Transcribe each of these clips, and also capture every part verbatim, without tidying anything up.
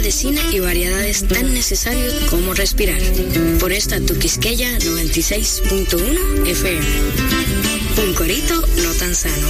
medicina y variedades tan necesarios como respirar. Por esta tu Quisqueya noventa y seis punto uno F M. Un corito no tan sano.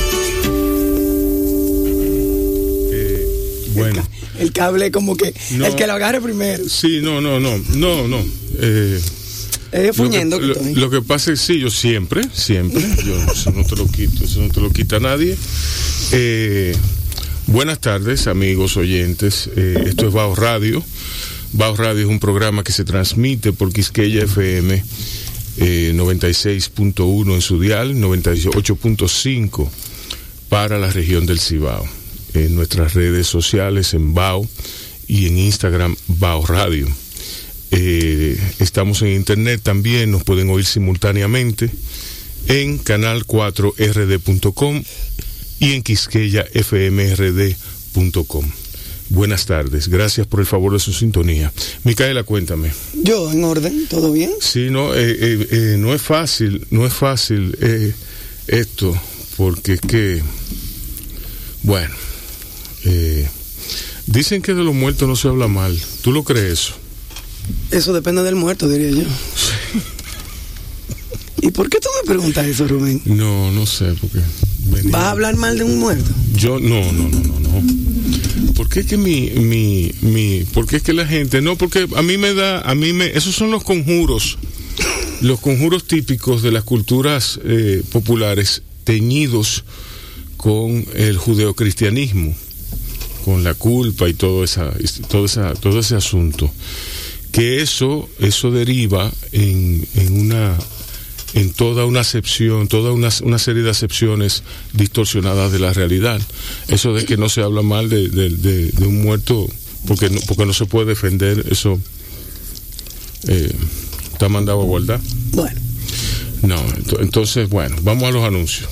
Eh, bueno. El, el cable como que no, el que lo agarre primero. Sí, no, no, no, no, no. Eh, eh, fuñendo lo, que, lo, lo que pasa es sí, yo siempre, siempre, yo eso no te lo quito, eso no te lo quita nadie. Eh, buenas tardes, amigos oyentes. Eh, esto es Bao Radio. Bao Radio es un programa que se transmite por Quisqueya F M eh, noventa y seis punto uno en su dial, noventa y ocho punto cinco para la región del Cibao. En nuestras redes sociales en Bao y en Instagram Bao Radio. Eh, estamos en internet también, nos pueden oír simultáneamente en canal cuatro R D punto com y en Quisqueya F M R D punto com. Buenas tardes, gracias por el favor de su sintonía. Micaela, cuéntame. Yo, en orden, ¿todo bien? Sí, no, eh, eh, eh, no es fácil, no es fácil eh, esto, porque es que, bueno, eh, dicen que de los muertos no se habla mal. ¿Tú lo crees eso? Eso depende del muerto, diría yo. ¿Y por qué tú me preguntas eso, Rubén? No, no sé, porque... Venía. ¿Vas a hablar mal de un muerto? Yo, no, no, no, no, no. ¿Por qué es que mi, mi, mi, por qué es que la gente, no, porque a mí me da, a mí me, esos son los conjuros, los conjuros típicos de las culturas eh, populares teñidos con el judeocristianismo, con la culpa y todo esa, todo esa, todo ese asunto. Que eso, eso deriva en, en una, en toda una acepción, toda una, una serie de acepciones distorsionadas de la realidad. Eso de que no se habla mal de, de, de, de un muerto porque no, porque no se puede defender, eso eh, está mandado a guardar. Bueno. No, entonces, bueno, vamos a los anuncios.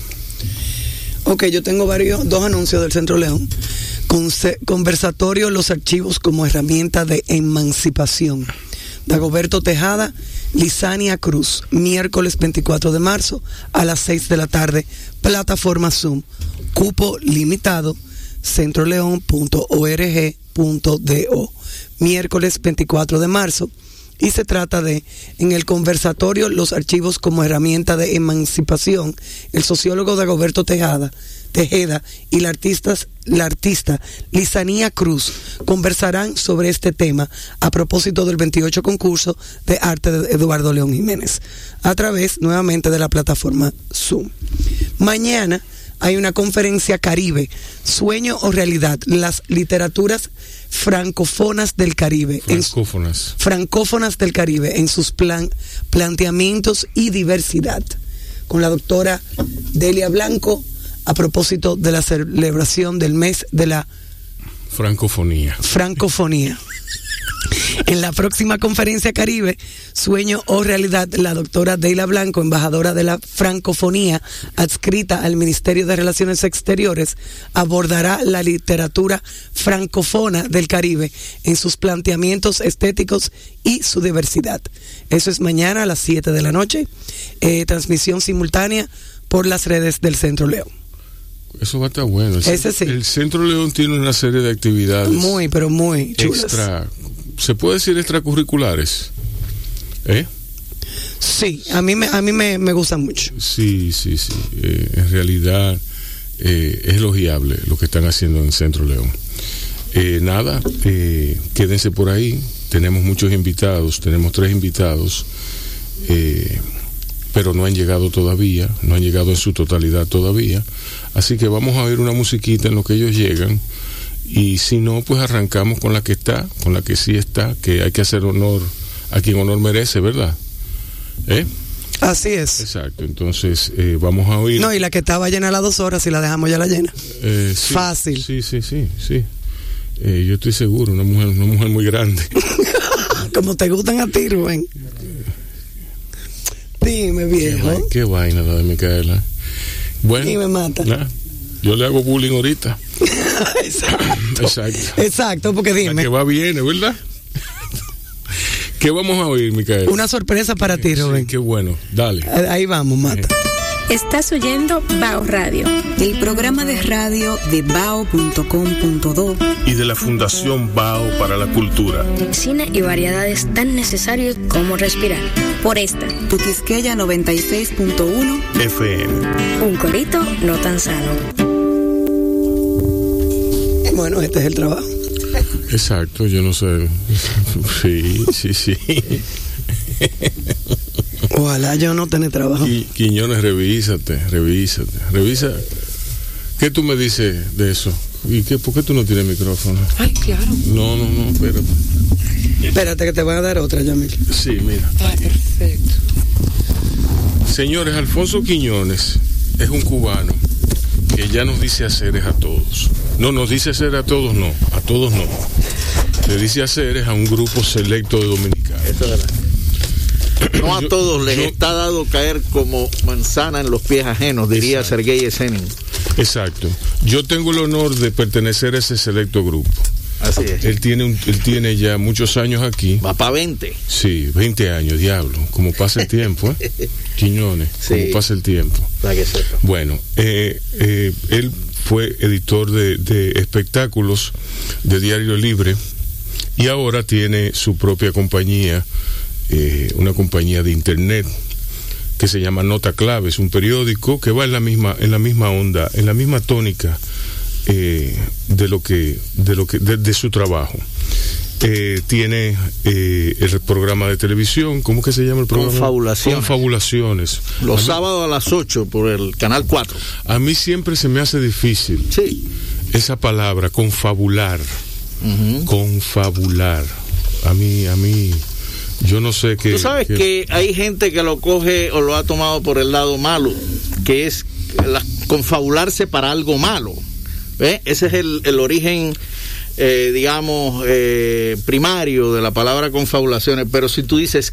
Ok, yo tengo varios, dos anuncios del Centro León. Conversatorio Los Archivos como herramienta de emancipación. Dagoberto Tejada, Lisania Cruz, miércoles veinticuatro de marzo a las seis de la tarde, plataforma Zoom, cupo limitado, centroleón punto org punto do, miércoles veinticuatro de marzo. Y se trata de, en el conversatorio Los Archivos como herramienta de emancipación, el sociólogo Dagoberto Tejada, Tejeda y la artista, la artista Lisania Cruz conversarán sobre este tema a propósito del veintiocho concurso de arte de Eduardo León Jiménez, a través nuevamente de la plataforma Zoom. Mañana hay una conferencia Caribe, Sueño o Realidad, las literaturas francófonas del Caribe. Francófonas. En, francófonas del Caribe, en sus plan, planteamientos y diversidad, con la doctora Delia Blanco, a propósito de la celebración del mes de la francofonía. Francofonía. En la próxima conferencia Caribe, Sueño o Realidad, la doctora Delia Blanco, embajadora de la francofonía adscrita al Ministerio de Relaciones Exteriores, abordará la literatura francófona del Caribe en sus planteamientos estéticos y su diversidad. Eso es mañana a las siete de la noche, eh, transmisión simultánea por las redes del Centro León. Eso va a estar bueno. El, Ese sí. El Centro León tiene una serie de actividades muy, pero muy chulas. Extra, ¿se puede decir extracurriculares? ¿Eh? Sí, a mí me, a mí me, me gustan mucho. Sí, sí, sí. Eh, en realidad eh, es elogiable lo que están haciendo en Centro León. Eh, nada, eh, quédense por ahí. Tenemos muchos invitados, tenemos tres invitados. Eh, pero no han llegado todavía, no han llegado en su totalidad todavía, así que vamos a ver una musiquita en lo que ellos llegan, y si no, pues arrancamos con la que está, con la que sí está, que hay que hacer honor a quien honor merece, ¿verdad? ¿Eh? Así es. Exacto, entonces eh, vamos a oír. No, y la que estaba llena a las dos horas, si la dejamos ya la llena. Eh, sí, Fácil. Sí, sí, sí, sí. Eh, yo estoy seguro, una mujer, una mujer muy grande. Como te gustan a ti, Rubén. Dime, viejo. Qué, qué vaina la de Micaela. Bueno, y me mata. Nah, yo le hago bullying ahorita. Exacto. Exacto. Exacto, porque dime. La que va bien, ¿verdad? ¿Qué vamos a oír, Micaela? Una sorpresa para ti, Rubén. Sí, qué bueno. Dale. Ahí vamos, mata. Estás oyendo Bao Radio, el programa de radio de bao punto com punto do y de la Fundación Bao para la Cultura. Cine y variedades tan necesarios como respirar. Por esta, Tu Quisqueya noventa y seis punto uno F M. Un corito no tan sano. Bueno, este es el trabajo. Exacto, yo no sé. Sí, sí, sí. Ojalá yo no tenga trabajo. Qui- Quiñones, revísate, revísate, revisa. ¿Qué tú me dices de eso? ¿Y qué, por qué tú no tienes micrófono? Ay, claro. No, no, no, espérate. Espérate que te voy a dar otra, Yamil. Sí, mira. Ah, perfecto. Señores, Alfonso Quiñones es un cubano que ya nos dice haceres a todos. No, nos dice hacer a todos, no. A todos no. Le dice haceres a un grupo selecto de dominicanos. Eso es verdad. No a Yo- todos les yo- está dado caer como manzana en los pies ajenos, diría Exacto. Sergei Yesenin. Exacto. Yo tengo el honor de pertenecer a ese selecto grupo. Así es. Él tiene, un- él tiene ya muchos años aquí. Va para veinte. Sí, veinte años, diablo. Como pasa el tiempo, ¿eh? Quiñones, Sí. como pasa el tiempo. Para que sepa. Bueno, eh, eh, él fue editor de, de espectáculos de Diario Libre y ahora tiene su propia compañía, eh, una compañía de internet que se llama Nota Clave. Es un periódico que va en la misma, en la misma onda, en la misma tónica eh, de lo que, de lo que, de, de su trabajo. Eh, tiene eh, el programa de televisión, ¿cómo que se llama el programa? Confabulaciones. Confabulaciones. Los A mí- sábados a las ocho por el canal cuatro. A mí siempre se me hace difícil Sí. esa palabra, confabular. Ujú. Confabular. A mí, a mí, yo no sé qué. Tú sabes qué- que hay gente que lo coge o lo ha tomado por el lado malo, que es la- confabularse para algo malo. ¿Ve? Ese es el, el origen, eh, digamos, eh, primario de la palabra confabulaciones. Pero si tú dices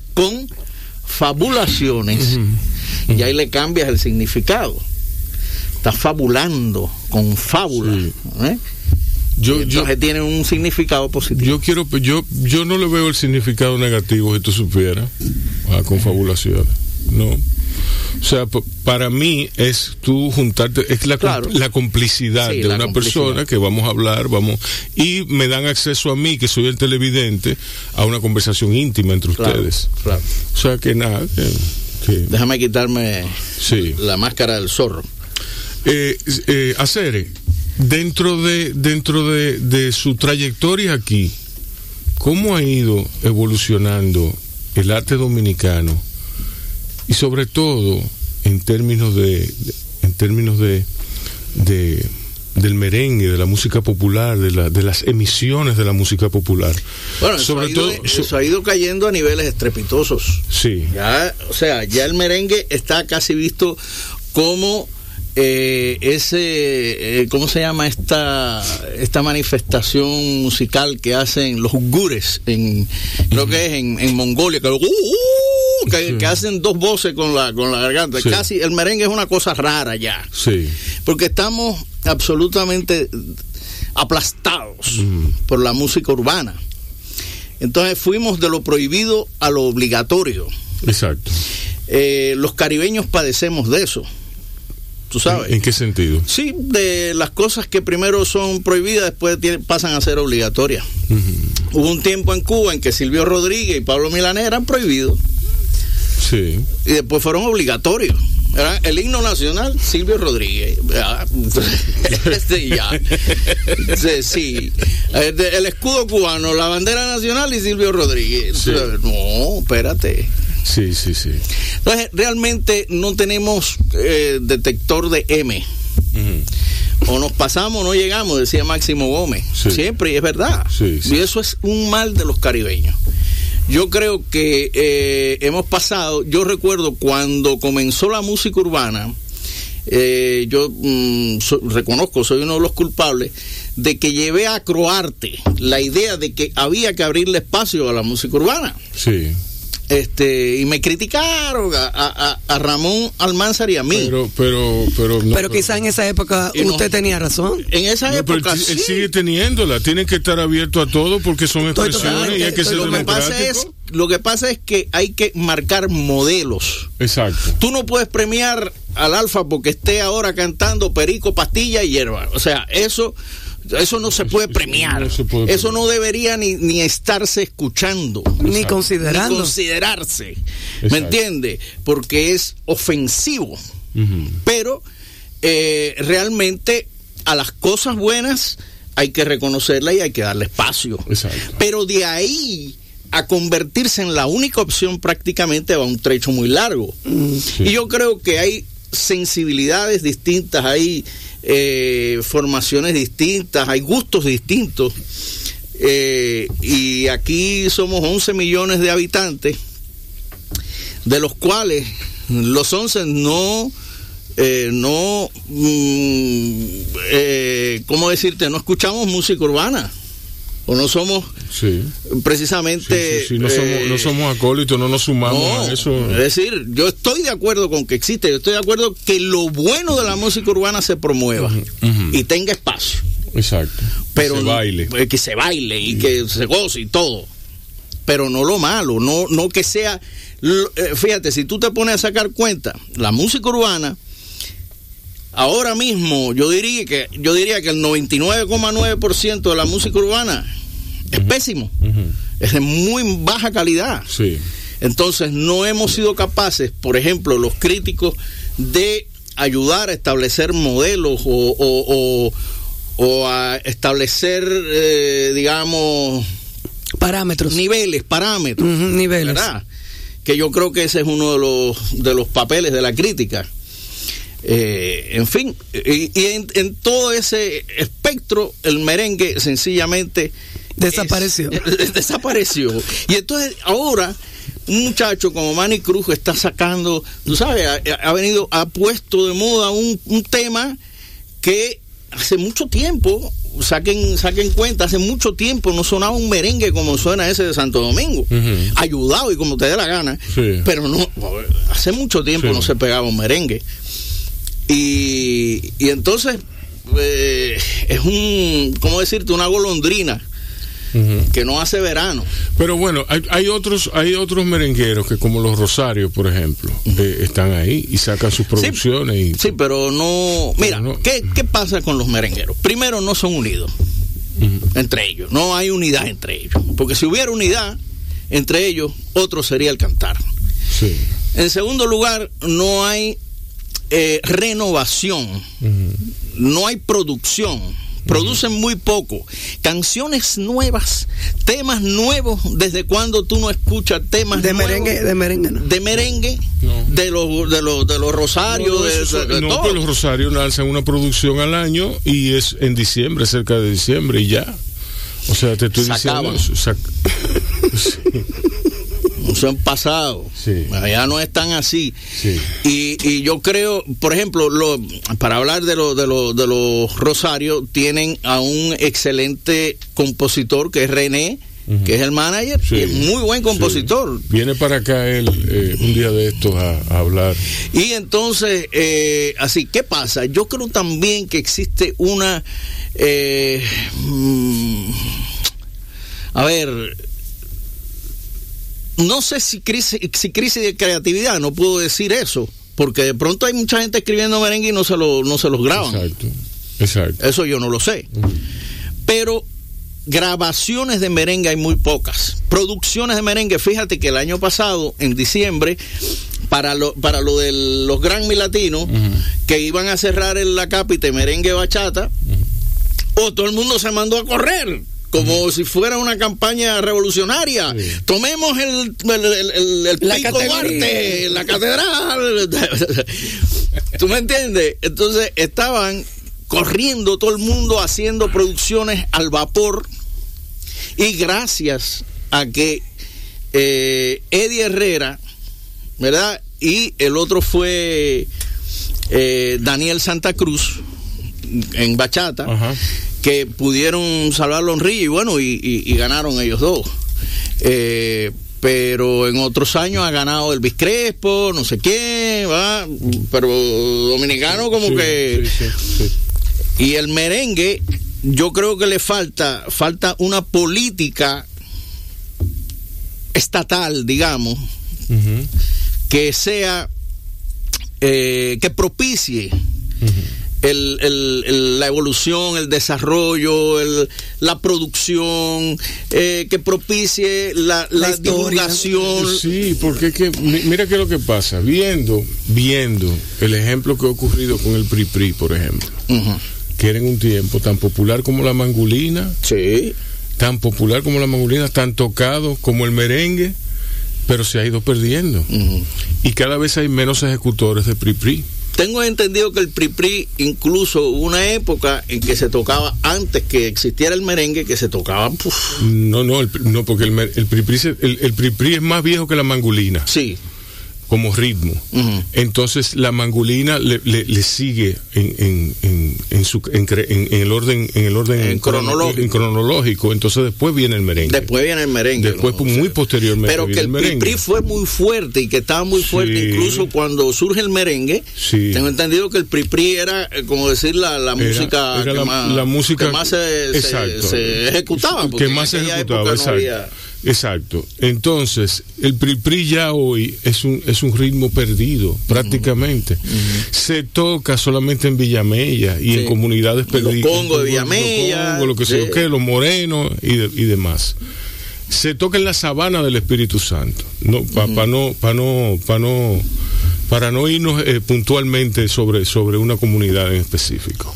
confabulaciones, y ahí le cambias el significado. Estás fabulando, con fábula. Sí. ¿eh? yo, Y yo, entonces tiene un significado positivo. yo quiero, yo, yo no le veo el significado negativo, si tú supieras, a confabulaciones. No. O sea, p- para mí es tú juntarte, es la, Claro. la complicidad Sí, de la una complicidad. persona que vamos a hablar, vamos, y me dan acceso a mí, que soy el televidente, a una conversación íntima entre Claro, ustedes. claro. O sea que nada, que, que- Déjame quitarme sí. la máscara del zorro. Eh, eh, Acere, dentro de, dentro de, de su trayectoria aquí, ¿cómo ha ido evolucionando el arte dominicano? Y sobre todo en términos de, de- en términos de, de del merengue, de la música popular, de, la, de las emisiones de la música popular. Bueno, eso, sobre ha ido, todo, eso ha ido cayendo a niveles estrepitosos. sí, Ya, o sea, ya el merengue está casi visto como eh, ese, eh, ¿cómo se llama esta esta manifestación musical que hacen los gures en, creo que es en, en Mongolia, que, uh, uh, que, Sí. que hacen dos voces con la con la garganta. Sí. Casi el merengue es una cosa rara ya, sí, porque estamos absolutamente aplastados Mm. por la música urbana. Entonces fuimos de lo prohibido a lo obligatorio. exacto. Eh, los caribeños padecemos de eso, tú sabes. ¿En, en qué sentido? Sí, de las cosas que primero son prohibidas, después tienen- pasan a ser obligatorias. Ujú. Hubo un tiempo en Cuba en que Silvio Rodríguez y Pablo Milanés eran prohibidos Sí, y después fueron obligatorios. Era el himno nacional, Silvio Rodríguez. Ah, este, ya. Sí, sí. El, el escudo cubano, la bandera nacional y Silvio Rodríguez. Sí. No, espérate. sí, sí, sí. Entonces, realmente no tenemos eh, detector de M. Ujú. O nos pasamos o no llegamos, decía Máximo Gómez. Sí. Siempre, y es verdad. Sí, sí. Y eso es un mal de los caribeños. Yo creo que eh, hemos pasado, yo recuerdo cuando comenzó la música urbana, eh, yo mm, so- reconozco, soy uno de los culpables, de que llevé a Croarte la idea de que había que abrirle espacio a la música urbana. Sí. Este, y me criticaron a, a, a Ramón Almanzar y a mí. Pero, pero, pero, no, Pero quizá en esa época Y no- usted tenía razón. en esa No, pero época él, él sí. sigue teniéndola. Tienen que estar abiertos a todo porque son Estoy expresiones y hay que totalmente- ser Lo que pasa es democrático. lo que pasa es que hay que marcar modelos. Exacto. Tú no puedes premiar al Alfa porque esté ahora cantando Perico, Pastilla y Hierba. O sea, eso, eso no se puede premiar. Eso no, se puede eso no debería ni, ni estarse escuchando. Ni considerando. Ni considerarse. Exacto. ¿Me entiende? Porque es ofensivo. Uh-huh. Pero eh, realmente a las cosas buenas hay que reconocerlas y hay que darle espacio. Exacto. Pero de ahí a convertirse en la única opción prácticamente va un trecho muy largo. Sí. Y yo creo que hay sensibilidades distintas, hay eh, formaciones distintas, hay gustos distintos. Eh, y aquí somos once millones de habitantes, de los cuales los once no... Eh, no, mm, eh, ¿cómo decirte? No escuchamos música urbana. O no somos sí. precisamente... Sí, sí, sí. No, eh, somos, no somos acólitos, no nos sumamos no, a eso. Es decir, yo estoy de acuerdo con que existe, yo estoy de acuerdo que lo bueno de la música urbana se promueva uh-huh, uh-huh. y tenga espacio. Exacto. Pero que se baile. No, que se baile y uh-huh. que se goce y todo. Pero no lo malo, no, no que sea... Fíjate, si tú te pones a sacar cuenta, la música urbana... Ahora mismo yo diría que yo diría que el noventa y nueve coma nueve por ciento de la música urbana es uh-huh. pésimo, uh-huh. es de muy baja calidad. Sí. Entonces no hemos sido capaces, por ejemplo, los críticos, de ayudar a establecer modelos o, o, o, o a establecer, eh, digamos, parámetros, niveles, parámetros, uh-huh, niveles. ¿Verdad? Que yo creo que ese es uno de los de los papeles de la crítica. Eh, en fin, y, y en, en todo ese espectro el merengue sencillamente desapareció. Es, desapareció. Y entonces ahora un muchacho como Manny Cruz está sacando, tú sabes, ha, ha venido, ha puesto de moda un, un tema que hace mucho tiempo, saquen, saquen cuenta, hace mucho tiempo no sonaba un merengue como suena ese de Santo Domingo, uh-huh. ayudado y como te dé la gana, sí. pero no, hace mucho tiempo sí. no se pegaba un merengue. Y, y entonces eh, es un, ¿cómo decirte? Una golondrina uh-huh. que no hace verano. Pero bueno, hay, hay otros hay otros merengueros que, como los Rosarios, por ejemplo, uh-huh. eh, están ahí y sacan sus producciones. Sí, y, sí pero no... Mira, no, ¿qué, ¿qué pasa con los merengueros? Primero, no son unidos uh-huh. entre ellos. No hay unidad entre ellos. Porque si hubiera unidad entre ellos, otro sería el cantar. Sí. En segundo lugar, no hay... Eh, renovación, uh-huh. no hay producción, producen uh-huh. muy poco, canciones nuevas, temas nuevos. ¿Desde cuando tú no escuchas temas de nuevos? merengue, de merengue, no. de merengue, no. de los de los de los Rosarios, no, de, eso, de, de no, todo. Pues los Rosarios lanzan una producción al año y es en diciembre, cerca de diciembre y ya. O sea, te estoy Sacaban. diciendo, sac... sí. Se han pasado, sí. ya no están así. Sí. Y, y yo creo, por ejemplo, lo, para hablar de, lo, de, lo, de los Rosarios, tienen a un excelente compositor que es René, uh-huh. que es el manager, sí. y es muy buen compositor. Sí. Viene para acá él eh, un día de estos a, a hablar. Y entonces, eh, así, ¿qué pasa? Yo creo también que existe una... Eh, mm, a ver... No sé si crisis, si crisis de creatividad, no puedo decir eso, porque de pronto hay mucha gente escribiendo merengue y no se, lo, no se los graban. Exacto, exacto. Eso yo no lo sé. Uh-huh. Pero grabaciones de merengue hay muy pocas. Producciones de merengue, fíjate que el año pasado, en diciembre, para lo, para lo de los Grammy Latinos, uh-huh. que iban a cerrar en la cápita merengue bachata, uh-huh. oh, todo el mundo se mandó a correr. Como uh-huh. si fuera una campaña revolucionaria. Sí. Tomemos el, el, el, el, el la Pico Duarte, la catedral. ¿Tú me entiendes? Entonces estaban corriendo todo el mundo haciendo producciones al vapor. Y gracias a que eh, Eddie Herrera, ¿verdad? Y el otro fue eh, Daniel Santa Cruz en bachata. Uh-huh. Que pudieron salvar la honrilla y bueno, y, y, y ganaron ellos dos. Eh, pero en otros años ha ganado Elvis Crespo, no sé quién, ¿va? Pero dominicano como sí, que... Sí, sí, sí. Y el merengue, yo creo que le falta, falta una política estatal, digamos, uh-huh. que sea, eh, que propicie uh-huh. el, el, el, la evolución, el desarrollo, el, la producción, eh, que propicie la, la, la divulgación. Sí, porque es que, mira qué es lo que pasa, viendo, viendo el ejemplo que ha ocurrido con el P R I P R I, por ejemplo, uh-huh. que era en un tiempo tan popular como la mangulina, sí. tan popular como la mangulina, tan tocado como el merengue, pero se ha ido perdiendo. Uh-huh. Y cada vez hay menos ejecutores de P R I P R I. Tengo entendido que el P R I P R I, incluso hubo una época en que se tocaba, antes que existiera el merengue, que se tocaba. Puf. No, no, el, no, porque el, el, P R I P R I, el, el P R I P R I es más viejo que la mangulina. Sí. Como ritmo. Uh-huh. Entonces la mangulina le, le, le sigue en, en, en, en, su, en, en, en el orden en el orden en cronológico. en cronológico. Entonces después viene el merengue. Después viene el merengue. Después ¿no? muy o sea, posteriormente. Pero que el, el P R I P R I fue muy fuerte y que estaba muy fuerte, sí. incluso cuando surge el merengue. Sí. Tengo entendido que el P R I P R I era, como decir, la, la era, música, era que, la, más, la música que más se, se, se ejecutaba. Que más se ejecutaba, no exacto. Había... Exacto. Entonces, el P R I P R I ya hoy es un es un ritmo perdido, prácticamente. Uh-huh. Se toca solamente en Villamella y sí. en comunidades perdidas. Los Congos de Villamella. Los Congos, lo que sí. sé yo qué, los morenos y, de, y demás. Se toca en la sabana del Espíritu Santo. No, para uh-huh. pa no, para no, para no, para no irnos eh, puntualmente sobre, sobre una comunidad en específico.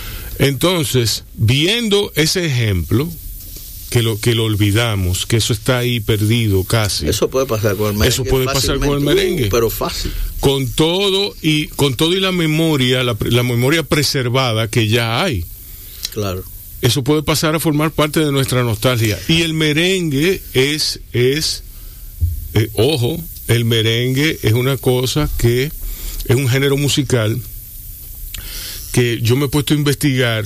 Entonces, viendo ese ejemplo, que lo que lo olvidamos, que eso está ahí perdido casi. Eso puede pasar con el merengue. Eso puede pasar con el merengue. Uh, pero fácil. Con todo y con todo y la memoria, la, la memoria preservada que ya hay. Claro. Eso puede pasar a formar parte de nuestra nostalgia. Y el merengue es es eh, ojo, el merengue es una cosa que es un género musical que yo me he puesto a investigar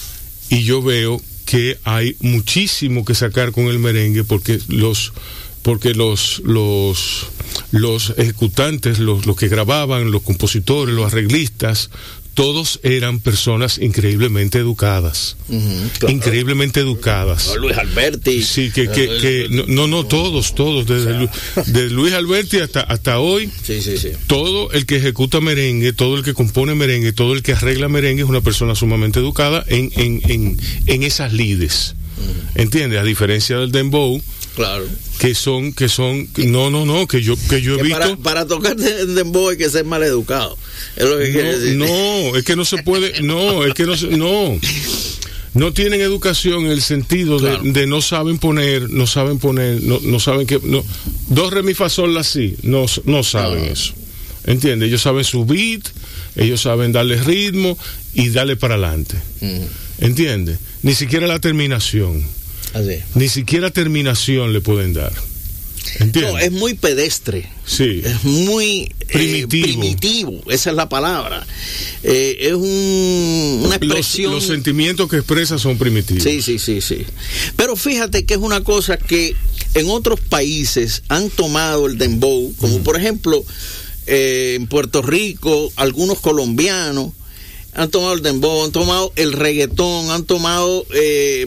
y yo veo que hay muchísimo que sacar con el merengue porque los porque los los los ejecutantes, los, los que grababan, los compositores, los arreglistas, todos eran personas increíblemente educadas, uh-huh, claro. increíblemente educadas. Luis Alberti. Sí, que, que, que no, no, no todos, todos, desde, o sea. desde Luis Alberti hasta, hasta hoy, sí, sí, sí. todo el que ejecuta merengue, todo el que compone merengue, todo el que arregla merengue es una persona sumamente educada en, en, en, en esas lides. Uh-huh. ¿Entiendes? A diferencia del dembow, claro. que son, que son, no, no, no, que yo, que yo he que visto. Para, para tocar dembow hay que ser mal educado. Es lo que no, quiere decir. No, es que no se puede, no, es que no se, no. No tienen educación en el sentido de, claro. de no saben poner, no saben poner, no, no saben que, no, dos re mi fa sol la si, no, no saben no. eso. ¿Entiendes? Ellos saben su beat, ellos saben darle ritmo y darle para adelante. Mm. ¿Entiendes? Ni siquiera la terminación. Así. Ni siquiera terminación le pueden dar. ¿Entiendes? No, es muy pedestre. Sí. Es muy primitivo. Eh, primitivo, esa es la palabra. Eh, es un, una expresión. Los, los sentimientos que expresa son primitivos. Sí, sí, sí, sí. Pero fíjate que es una cosa que en otros países han tomado el dembow, como mm. por ejemplo eh, en Puerto Rico, algunos colombianos han tomado el dembow, han tomado el reggaetón, han tomado eh,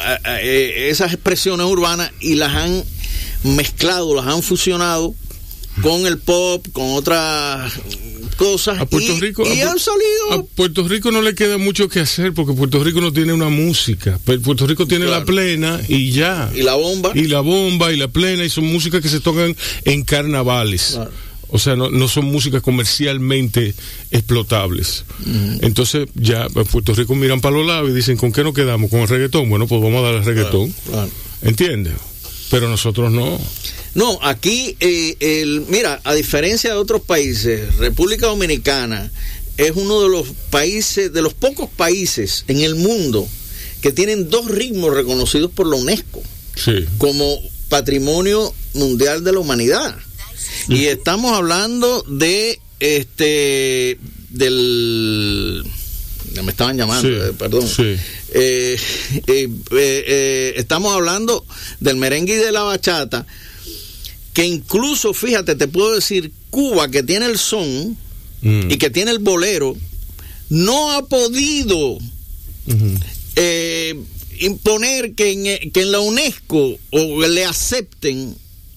eh, esas expresiones urbanas y las han mezclado, las han fusionado con el pop, con otras cosas a Puerto y, Rico, y a, han salido. A Puerto Rico no le queda mucho que hacer porque Puerto Rico no tiene una música. Puerto Rico tiene claro. la plena y ya. Y la bomba. Y la bomba y la plena y son músicas que se tocan en carnavales. Claro. O sea, no, no son músicas comercialmente explotables. Uh-huh. Entonces, ya en Puerto Rico miran para los lados y dicen, ¿con qué nos quedamos? ¿Con el reggaetón? Bueno, pues vamos a dar el reggaetón. Claro, claro. ¿Entiendes? Pero nosotros no. No, aquí, eh, el, mira, a diferencia de otros países, República Dominicana es uno de los países, de los pocos países en el mundo que tienen dos ritmos reconocidos por la UNESCO. Sí. Como Patrimonio Mundial de la Humanidad. Y estamos hablando de este del me estaban llamando, sí, eh, perdón. Sí. Eh, eh, eh, eh, estamos hablando del merengue y de la bachata, que incluso, fíjate, te puedo decir, Cuba, que tiene el son mm. y que tiene el bolero, no ha podido uh-huh. eh, imponer que en, que en la UNESCO o le acepten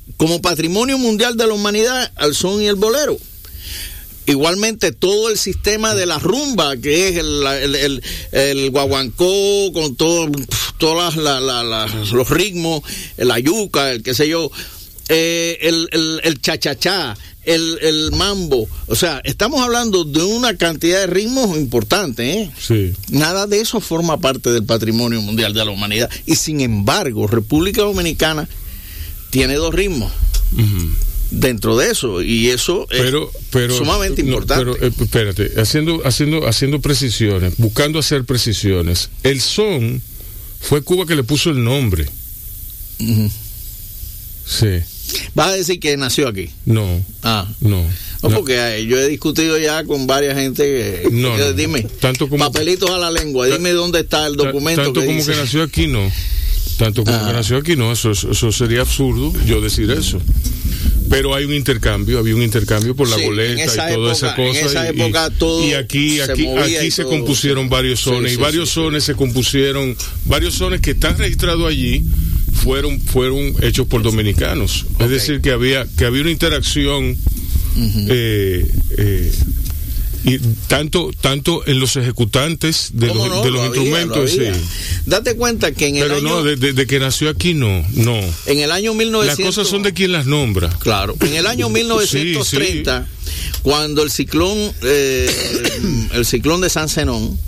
como patrimonio mundial de la humanidad al son y el bolero. Igualmente todo el sistema de la rumba, que es el, el, el, el guaguancó, con todo, todos la, la, la, los ritmos, la yuca, el qué sé yo, eh, el, el, el cha-cha-cha, el, el mambo. O sea, estamos hablando de una cantidad de ritmos importante, ¿eh? Sí. Nada de eso forma parte del patrimonio mundial de la humanidad. Y sin embargo, República Dominicana tiene dos ritmos. Uh-huh. Dentro de eso, y eso pero, es pero, sumamente no, importante. Pero eh, espérate, haciendo, haciendo, haciendo precisiones, buscando hacer precisiones. El son fue Cuba que le puso el nombre. Uh-huh. Sí. ¿Vas a decir que nació aquí? No. Ah. No. No, no. porque eh, yo he discutido ya con varias gente que, no, que no, dime, tanto como, papelitos a la lengua, dime dónde está el documento. Tanto que como dice. que nació aquí, no. Tanto como ah. que nació aquí, no. Eso, eso sería absurdo yo decir eso. Pero hay un intercambio, había un intercambio por la sí, boleta y toda época, esa cosa. En esa y, época todo y aquí, aquí, aquí y se todo. compusieron varios sones, sí, y sí, varios sí, sones sí. se compusieron, varios sones que están registrados allí fueron, fueron hechos por dominicanos. Okay. Es decir, que había, que había una interacción uh-huh. eh, eh, y tanto tanto en los ejecutantes de los, no? de los lo instrumentos. había, lo había. Sí. Date cuenta que en el Pero año... no, de, de, de que nació aquí no, no. En el año mil novecientos... Las cosas son de quien las nombra. Claro. En el año mil novecientos treinta, sí, sí. cuando el ciclón, eh, el ciclón de San Zenón,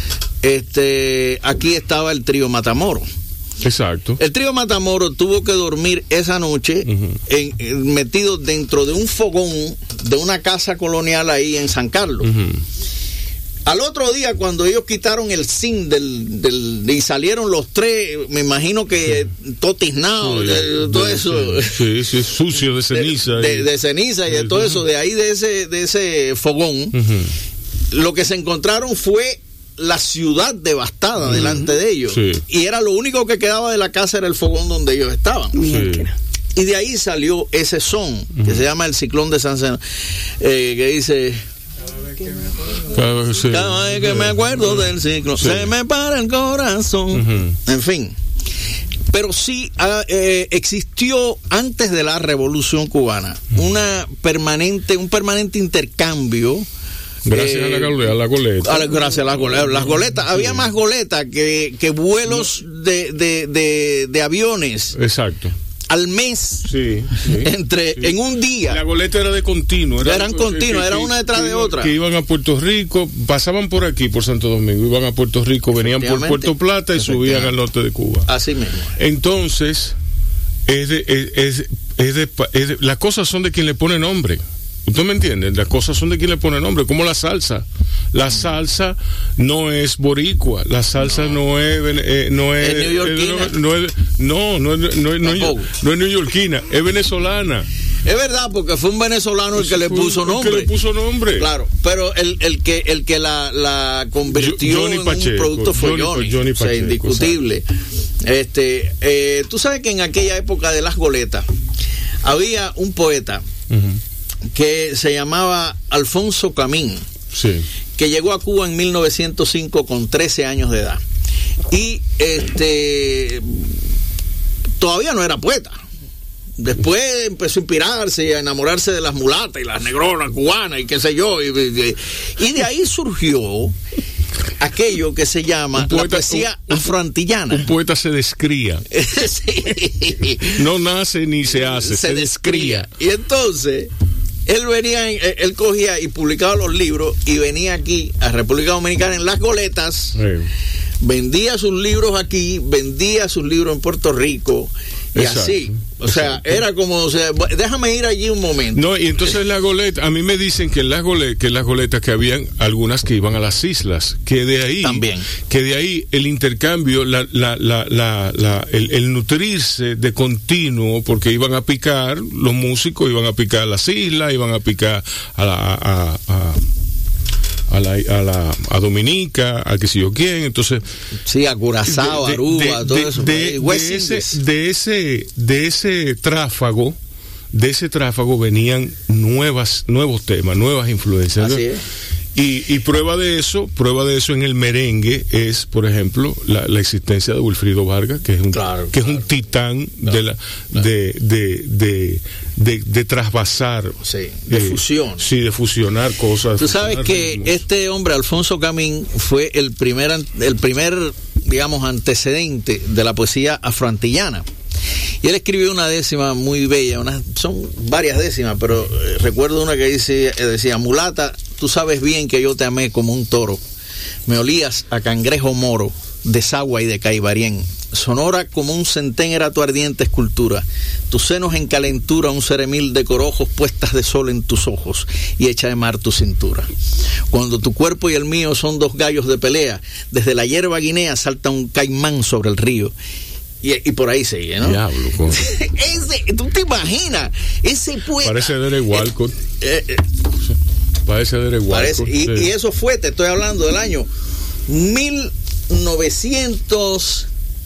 este, aquí estaba el trío Matamoro. Exacto. El trío Matamoro tuvo que dormir esa noche uh-huh. en, en, metido dentro de un fogón de una casa colonial ahí en San Carlos. Uh-huh. Al otro día, cuando ellos quitaron el zinc del, del y salieron los tres, me imagino que sí. totiznados, sí, de, todo de, eso, sí, sí, sucio de ceniza, de, de, de ceniza y de todo eso, de ahí de ese de ese fogón, uh-huh. lo que se encontraron fue la ciudad devastada uh-huh. delante de ellos, sí. y era lo único que quedaba de la casa era el fogón donde ellos estaban. Sí. Y de ahí salió ese son uh-huh. que se llama el ciclón de San Zenón, eh, que dice: cada vez, sí. cada vez que me acuerdo del ciclón, sí. se me para el corazón. Uh-huh. En fin. Pero sí uh, eh, existió antes de la Revolución Cubana uh-huh. una permanente, un permanente intercambio. Gracias eh, a, la, a la goleta. A la, gracias a las goletas. Las goletas, había sí. más goletas que, que vuelos no. de, de, de, de aviones. Exacto. Al mes, sí, sí, entre sí. en un día. La goleta era de continuo. Era, eran continuas, era una detrás que, de otra. Que iban a Puerto Rico, pasaban por aquí, por Santo Domingo, iban a Puerto Rico, venían por Puerto Plata y subían al norte de Cuba. Así mismo. Entonces, es de, es, es, es de, es de, las cosas son de quien le pone nombre. ¿Usted me entiende? Las cosas son de quien le pone nombre, como la salsa. La salsa no es boricua, la salsa no, no es eh, no es, ¿Es neoyorquina? Eh, no, es, no, no, no, no, no, no, no es neoyorquina, es venezolana. Es verdad, porque fue un venezolano el que le puso nombre. El que le puso nombre. Claro, pero el, el que el que la, la convirtió Johnny en Pacheco, un producto fue Johnny, Johnny, Johnny Pacheco, o sea, indiscutible. Este, eh, tú sabes que en aquella época de las goletas había un poeta uh-huh. que se llamaba Alfonso Camín. Sí. Que llegó a Cuba en mil novecientos cinco con trece años de edad. Y este todavía no era poeta. Después empezó a inspirarse y a enamorarse de las mulatas y las negronas cubanas y qué sé yo. Y, y, y de ahí surgió aquello que se llama poeta, la poesía un, afroantillana. Un poeta se descría. Sí. No nace ni se hace, se, se descría. Y entonces él venía, él cogía y publicaba los libros y venía aquí a República Dominicana en las goletas, sí. vendía sus libros aquí, vendía sus libros en Puerto Rico y exacto, así. O sea, exacto. era como, o sea, déjame ir allí un momento. No, y entonces la goleta, a mí me dicen que en las goletas, que en las goletas que habían algunas que iban a las islas, que de ahí, también, que de ahí el intercambio, la, la, la, la, la el, el nutrirse de continuo, porque iban a picar, los músicos iban a picar a las islas, iban a picar a la, a, a, a A la, a la a Dominica, a que sé yo quién, entonces sí, a Curazao, de, Aruba, de, todo de, eso. De, de, de, ese, de ese de ese tráfago, de ese tráfago venían nuevas nuevos temas, nuevas influencias. Así es. Y, y prueba de eso, prueba de eso en el merengue es, por ejemplo, la, la existencia de Wilfrido Vargas, que es un, claro, que claro. es un titán claro, de la, claro. de, de, de, de, de trasvasar, sí, de eh, fusión. Sí, de fusionar cosas. Tú sabes que ritmos. Este hombre, Alfonso Camín, fue el primer, el primer, digamos, antecedente de la poesía afroantillana. Y él escribió una décima muy bella, una, son varias décimas, pero eh, recuerdo una que dice, eh, decía: mulata, tú sabes bien que yo te amé como un toro, me olías a cangrejo moro, de Sagua y de Caibarién, sonora como un centén era tu ardiente escultura, tus senos en calentura, un ceremil de corojos puestas de sol en tus ojos y hecha de mar tu cintura. Cuando tu cuerpo y el mío son dos gallos de pelea, desde la hierba guinea salta un caimán sobre el río. Y, y por ahí sigue, ¿no? Diablo, con... ese, tú te imaginas, ese poeta. Parece Derek Walcott. Eh, eh, Parece Derek Walcott. y, sí. y eso fue, te estoy hablando del año mil novecientos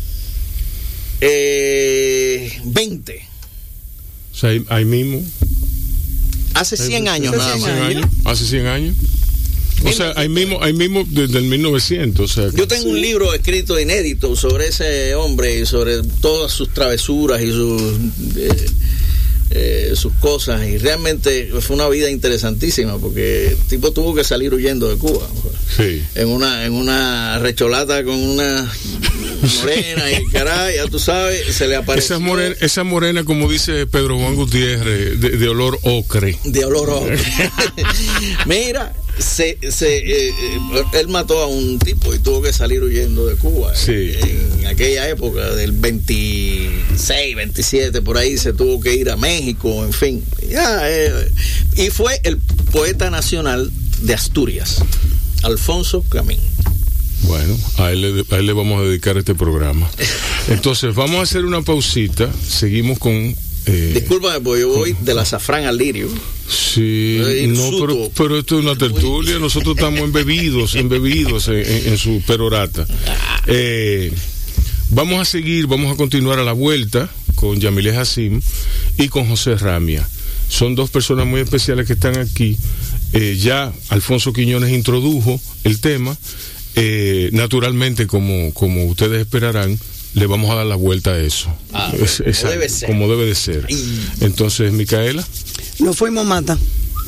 veinte. O sea, ahí, ahí mismo. Hace cien años hace nada cien más. Años, hace cien años. O sea, ahí mismo, ahí mismo desde el mil novecientos. O sea, yo tengo sí. un libro escrito inédito sobre ese hombre y sobre todas sus travesuras y sus eh, eh, sus cosas, y realmente fue una vida interesantísima porque el tipo tuvo que salir huyendo de Cuba. Sí. En una en una recholata con una morena y caray, ya tú sabes, se le apareció. Esa morena, esa morena, como dice Pedro Juan Gutiérrez, de, de olor ocre. De olor ocre. Mira, se, se eh, él mató a un tipo y tuvo que salir huyendo de Cuba. Sí. En aquella época del veintiséis, veintisiete, por ahí se tuvo que ir a México, en fin. Ya, eh, y fue el poeta nacional de Asturias, Alfonso Camín. Bueno, a él, le, a él le vamos a dedicar este programa. Entonces, vamos a hacer una pausita. Seguimos con... Eh, Discúlpame, porque yo voy del azafrán al lirio. Sí, no, pero, pero esto es una tertulia. Nosotros estamos embebidos, embebidos en, en, en su perorata. Eh, vamos a seguir, vamos a continuar a la vuelta con Yamile Hassim y con José Ramia. Son dos personas muy especiales que están aquí. Eh, ya Alfonso Quiñones introdujo el tema. Eh, naturalmente, como, como ustedes esperarán, le vamos a dar la vuelta a eso. Ah, es, es como, debe ser. como debe de ser. Entonces, Micaela. Nos fuimos, Mata.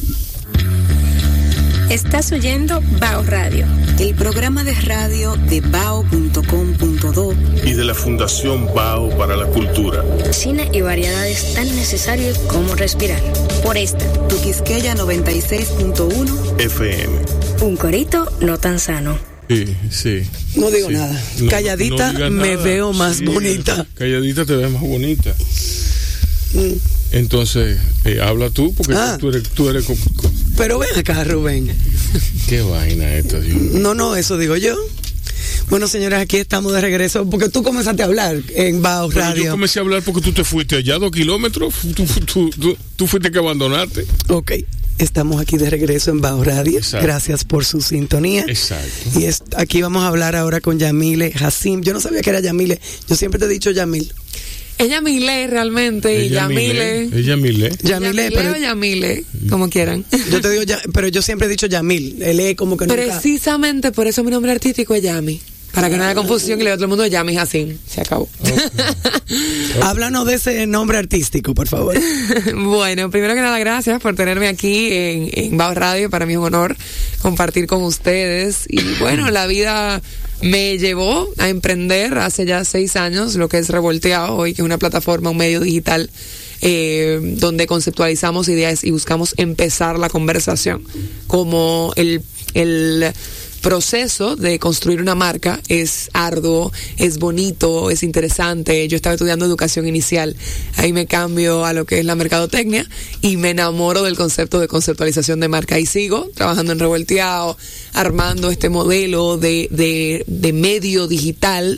Estás oyendo Bao Radio, el programa de radio de bao punto com punto do y de la Fundación Bao para la Cultura. Cine y variedades tan necesarios como respirar. Por esta, tu Quisqueya noventa y seis punto uno F M. Un corito no tan sano. Sí, sí. No digo sí. nada. No, Calladita no me nada. veo más Sí, bonita. Calladita te ves más bonita. Mm. Entonces, eh, habla tú, porque Ah. tú eres... Tú eres co- co- Pero ven acá, Rubén. Qué vaina esta, Dios mío. No, no, eso digo yo. Bueno, señores, aquí estamos de regreso, porque tú comenzaste a hablar en Bao Pero Radio. yo comencé a hablar porque tú te fuiste allá dos kilómetros. Tú, tú, tú, tú fuiste que abandonaste. Ok, estamos aquí de regreso en Bao Radio. Exacto. Gracias por su sintonía. Exacto. Y es, aquí vamos a hablar ahora con Yamile Hassim. Yo no sabía que era Yamile. Yo siempre te he dicho Yamil. Es Yamile realmente, y Ella Yamile. Ella Yamile. Yamile, Yamile pero o Yamile, como quieran. yo te digo, ya, pero yo siempre he dicho Yamil. Él es como que nunca. Precisamente por eso mi nombre artístico es Yami. Para que no haya confusión y le diga a todo el mundo Yami Hassim. Se acabó. Okay. Háblanos de ese nombre artístico, por favor. Bueno, primero que nada, gracias por tenerme aquí en, en Bao Radio. Para mí es un honor compartir con ustedes. Y bueno, la vida me llevó a emprender hace ya seis años lo que es Revolteado hoy, que es una plataforma, un medio digital eh, donde conceptualizamos ideas y buscamos empezar la conversación. Como el... el proceso de construir una marca es arduo, es bonito, es interesante. Yo estaba estudiando educación inicial, ahí me cambio a lo que es la mercadotecnia y me enamoro del concepto de conceptualización de marca y sigo trabajando en Revolteado, armando este modelo de, de, de medio digital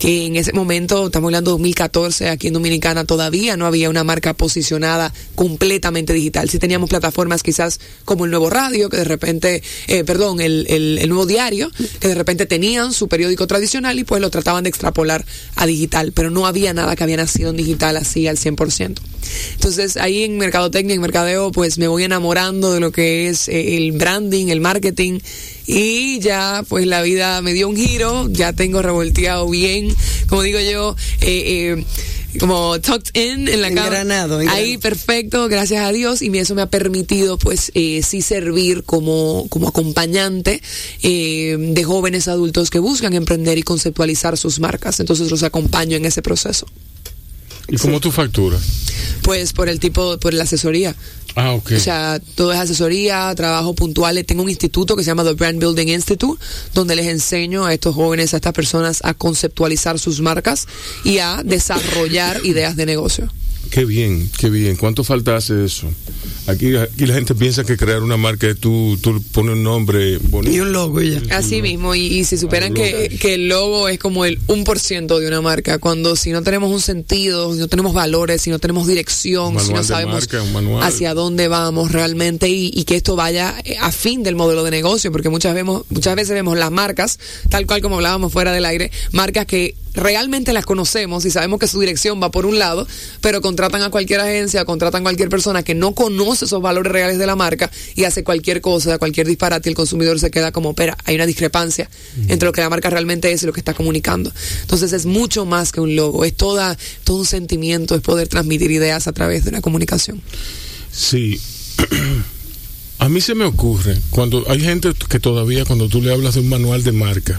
que en ese momento, estamos hablando de dos mil catorce, aquí en Dominicana todavía no había una marca posicionada completamente digital. Sí teníamos plataformas quizás como el Nuevo Radio, que de repente, eh, perdón, el, el, el Nuevo Diario, que de repente tenían su periódico tradicional y pues lo trataban de extrapolar a digital, pero no había nada que había nacido en digital así al cien por ciento. Entonces ahí en mercadotecnia, en mercadeo, pues me voy enamorando de lo que es eh, el branding, el marketing, y ya pues la vida me dio un giro, ya tengo revolteado bien, como digo yo, eh, eh, como tucked in en la cama. Engranado, engranado. Ahí perfecto, gracias a Dios, y eso me ha permitido pues eh, sí servir como, como acompañante eh, de jóvenes adultos que buscan emprender y conceptualizar sus marcas. Entonces los acompaño en ese proceso. ¿Y cómo tú facturas? Pues por el tipo, por la asesoría. Ah, ok. O sea, todo es asesoría, trabajo puntual. Tengo un instituto que se llama The Brand Building Institute, donde les enseño a estos jóvenes, a estas personas, a conceptualizar sus marcas y a desarrollar ideas de negocio. Qué bien, qué bien. ¿Cuánto falta hace eso? Aquí, aquí la gente piensa que crear una marca es tú, tú pones un nombre bonito. Y un logo y ya. Así mismo, y, y si superan que, que el logo es como el uno por ciento de una marca, cuando si no tenemos un sentido, si no tenemos valores, si no tenemos dirección, si no sabemos marca, hacia dónde vamos realmente y, y que esto vaya a fin del modelo de negocio, porque muchas, vemos, muchas veces vemos las marcas, tal cual como hablábamos fuera del aire, marcas que realmente las conocemos y sabemos que su dirección va por un lado, pero contratan a cualquier agencia, contratan a cualquier persona que no conoce esos valores reales de la marca y hace cualquier cosa, cualquier disparate, y el consumidor se queda como, espera, hay una discrepancia uh-huh. entre lo que la marca realmente es y lo que está comunicando. Entonces es mucho más que un logo, es toda, todo un sentimiento, es poder transmitir ideas a través de una comunicación. Sí. A mí se me ocurre, cuando hay gente que todavía cuando tú le hablas de un manual de marca,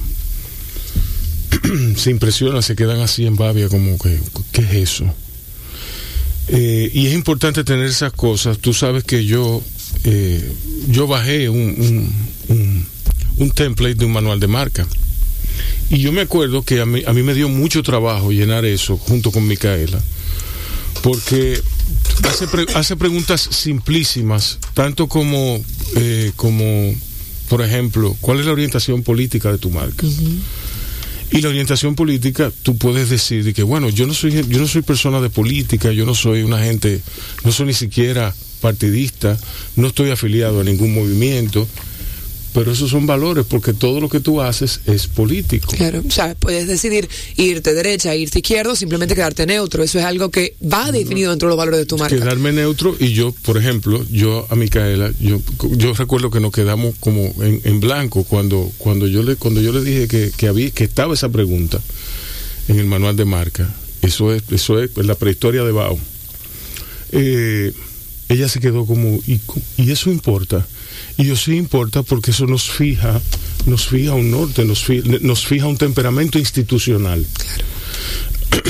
se impresionan, se quedan así en babia, como que, ¿qué es eso? Eh, y es importante tener esas cosas. Tú sabes que yo eh, yo bajé un, un, un, un template de un manual de marca, y yo me acuerdo que a mí, a mí me dio mucho trabajo llenar eso junto con Micaela, porque hace, pre, hace preguntas simplísimas, tanto como eh, como por ejemplo, ¿cuál es la orientación política de tu marca? Uh-huh. Y la orientación política, tú puedes decir que, bueno, yo no soy yo no soy persona de política, yo no soy una gente, no soy ni siquiera partidista, no estoy afiliado a ningún movimiento, pero esos son valores, porque todo lo que tú haces es político. Claro, o sea, puedes decidir irte derecha, irte izquierdo, simplemente quedarte neutro. Eso es algo que va definido dentro de los valores de tu marca. Quedarme neutro, y yo, por ejemplo, yo a Micaela, yo yo recuerdo que nos quedamos como en, en blanco cuando cuando yo le cuando yo le dije que que había que estaba esa pregunta en el manual de marca. Eso es eso es la prehistoria de Bao. Eh, ella se quedó como y, y eso importa. Y yo sí importa, porque eso nos fija, nos fija un norte, nos fija, nos fija un temperamento institucional. Claro.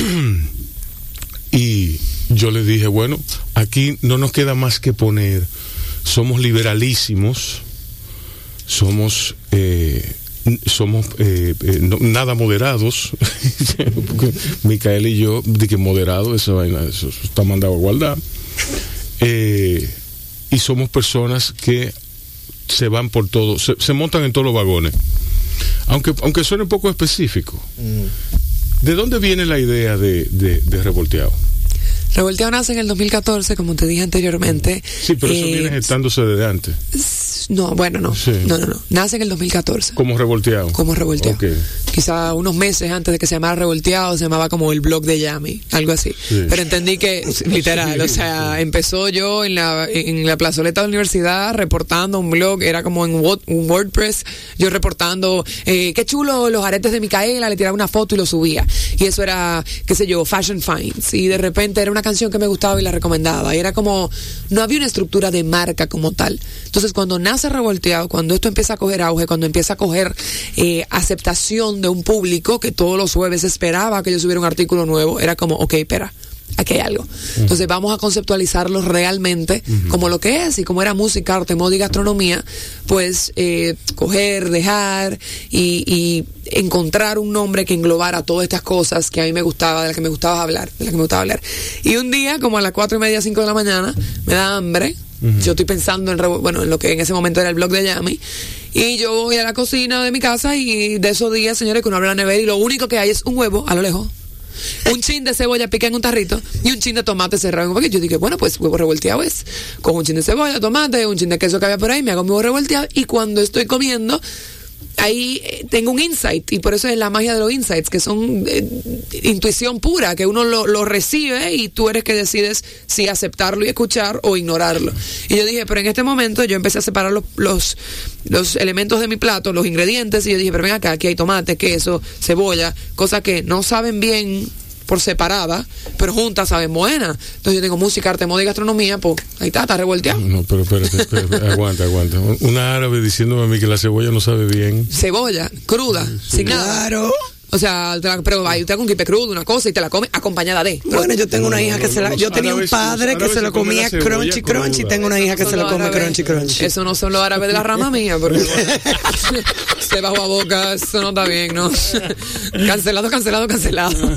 Y yo le dije, bueno, aquí no nos queda más que poner, somos liberalísimos, somos eh, somos eh, eh, no, nada moderados. Micaela y yo, de que moderado, esa vaina, eso está mandado a guardar. Eh, y somos personas que se van por todo, se, se montan en todos los vagones, aunque aunque suene un poco específico. Mm. ¿De dónde viene la idea de, de, de Revolteado? Revolteado nace en el dos mil catorce, como te dije anteriormente. Sí, pero eso eh, viene gestándose desde antes. No, bueno, no. Sí. No, no, no. Nace en el dos mil catorce. ¿Como Revolteado? Como Revolteado. Okay. Quizá unos meses antes de que se llamara Revolteado, se llamaba como el blog de Yami, algo así. Sí. Pero entendí que, literal, sí, o sea, sí. Empezó yo en la en la plazoleta de la universidad reportando un blog, era como en un WordPress, yo reportando, eh, qué chulo los aretes de Micaela, le tiraba una foto y lo subía. Y eso era, qué sé yo, Fashion Finds. Y de repente era una canción que me gustaba y la recomendaba. Y era como, no había una estructura de marca como tal. Entonces, cuando nace Revolteado, cuando esto empieza a coger auge, cuando empieza a coger eh, aceptación de un público que todos los jueves esperaba que yo subiera un artículo nuevo, era como, ok, espera, aquí hay algo. Entonces vamos a conceptualizarlo realmente uh-huh. como lo que es, y como era música, arte, moda y gastronomía, pues eh, coger, dejar y, y encontrar un nombre que englobara todas estas cosas que a mí me gustaba, de las que me gustaba hablar, de las que me gustaba hablar. Y un día, como a las cuatro y media, cinco de la mañana, me da hambre, Uh-huh. Yo estoy pensando en, bueno, en lo que en ese momento era el blog de Yami. Y yo voy a la cocina de mi casa y de esos días, señores, que uno abre la nevera y lo único que hay es un huevo a lo lejos. Un chin de cebolla pica en un tarrito y un chin de tomate cerrado en un paquete. Yo dije, bueno, pues huevo revolteado es. Con un chin de cebolla, tomate, un chin de queso que había por ahí, me hago mi huevo revolteado y cuando estoy comiendo, ahí tengo un insight, y por eso es la magia de los insights, que son eh, intuición pura, que uno lo, lo recibe y tú eres que decides si aceptarlo y escuchar o ignorarlo. Y yo dije, pero en este momento yo empecé a separar los, los, los elementos de mi plato, los ingredientes, y yo dije, pero ven acá, aquí hay tomate, queso, cebolla, cosas que no saben bien por separada, pero juntas saben buenas. Entonces yo tengo música, arte, moda y gastronomía, pues ahí está, está revolteado. No, pero espérate, espérate, aguanta, aguanta. Una árabe diciéndome a mí que la cebolla no sabe bien. Cebolla, cruda, sí, sin nada. Claro. O sea, te la, pero ahí te con quipe crudo, una cosa, y te la come acompañada de. Pero, bueno, yo tengo una hija que se la... Yo tenía un padre que se lo comía crunchy crunchy, y tengo una hija que se lo come crunchy crunchy. Eso no son los árabes de la rama mía, porque se bajó a boca, eso no está bien, ¿no? Cancelado, cancelado, cancelado.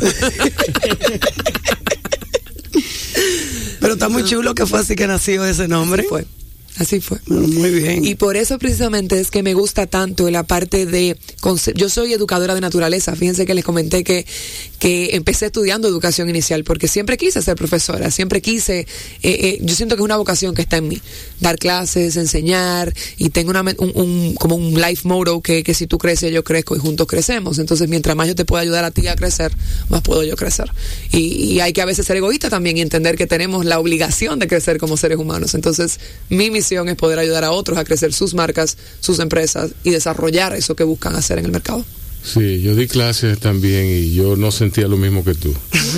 Pero está muy chulo que fue así que nació ese nombre. Así fue. Así fue. Muy bien. Y por eso precisamente es que me gusta tanto la parte de... Yo soy educadora de naturaleza. Fíjense que les comenté que, que empecé estudiando educación inicial porque siempre quise ser profesora, siempre quise... Eh, eh, yo siento que es una vocación que está en mí. Dar clases, enseñar, y tengo una, un, un, como un life motto que, que si tú creces, yo crezco y juntos crecemos. Entonces, mientras más yo te pueda ayudar a ti a crecer, más puedo yo crecer. Y, y hay que a veces ser egoísta también y entender que tenemos la obligación de crecer como seres humanos. Entonces, mi misión es poder ayudar a otros a crecer sus marcas, sus empresas y desarrollar eso que buscan hacer en el mercado. Sí, yo di clases también y yo no sentía lo mismo que tú.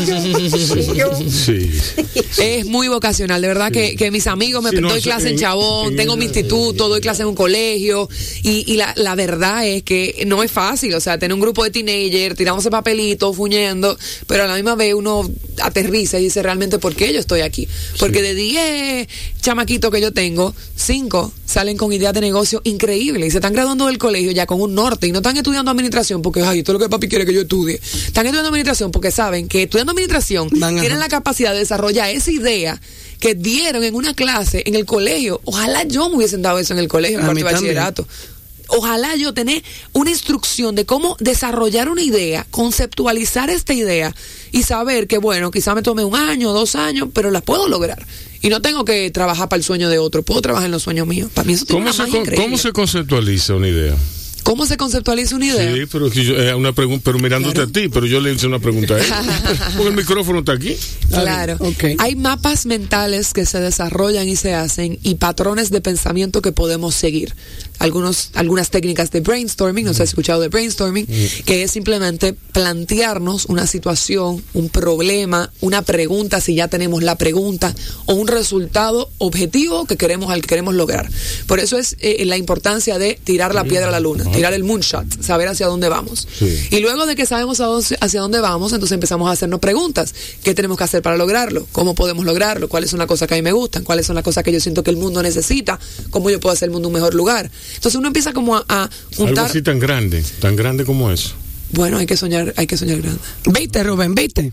Sí, sí, sí. Es muy vocacional, de verdad, sí. que, que mis amigos me sí, no, doy clase en, en Chabón, en tengo el, mi instituto, doy clase en un colegio y, y la, la verdad es que no es fácil, o sea, tener un grupo de teenagers, tirándose papelitos, fuñendo, pero a la misma vez uno aterriza y dice realmente por qué yo estoy aquí. Porque sí. de diez chamaquitos que yo tengo, cinco salen con ideas de negocio increíbles y se están graduando del colegio ya con un norte y no están estudiando administración porque, ay, esto es lo que papi quiere que yo estudie. Están estudiando administración porque saben que estudiando administración Van tienen a... la capacidad de desarrollar esa idea que dieron en una clase en el colegio. Ojalá yo me hubiesen dado eso en el colegio, en el cuarto de bachillerato. Ojalá yo tener una instrucción de cómo desarrollar una idea, conceptualizar esta idea y saber que, bueno, quizá me tome un año, dos años, pero la puedo lograr. Y no tengo que trabajar para el sueño de otro, puedo trabajar en los sueños míos. Para mí eso tiene una magia increíble. ¿Cómo se conceptualiza una idea? ¿Cómo se conceptualiza una idea? Sí, pero, yo, eh, una pregunta, pero mirándote claro. a ti, pero yo le hice una pregunta a él. Porque el micrófono está aquí. Claro. Okay. Hay mapas mentales que se desarrollan y se hacen y patrones de pensamiento que podemos seguir. Algunos, algunas técnicas de brainstorming, no sé si has escuchado de brainstorming, mm. que es simplemente plantearnos una situación, un problema, una pregunta, si ya tenemos la pregunta, o un resultado objetivo que queremos, al que queremos lograr. Por eso es eh, la importancia de tirar la piedra a la luna, tirar el moonshot, saber hacia dónde vamos. Sí. Y luego de que sabemos hacia dónde vamos, entonces empezamos a hacernos preguntas. ¿Qué tenemos que hacer para lograrlo? ¿Cómo podemos lograrlo? ¿Cuáles son las cosas que a mí me gustan? ¿Cuáles son las cosas que yo siento que el mundo necesita? ¿Cómo yo puedo hacer el mundo un mejor lugar? Entonces uno empieza como a, a juntar... Algo así tan grande, tan grande como eso. Bueno, hay que soñar, hay que soñar grande. ¿Viste, Rubén? ¿Viste?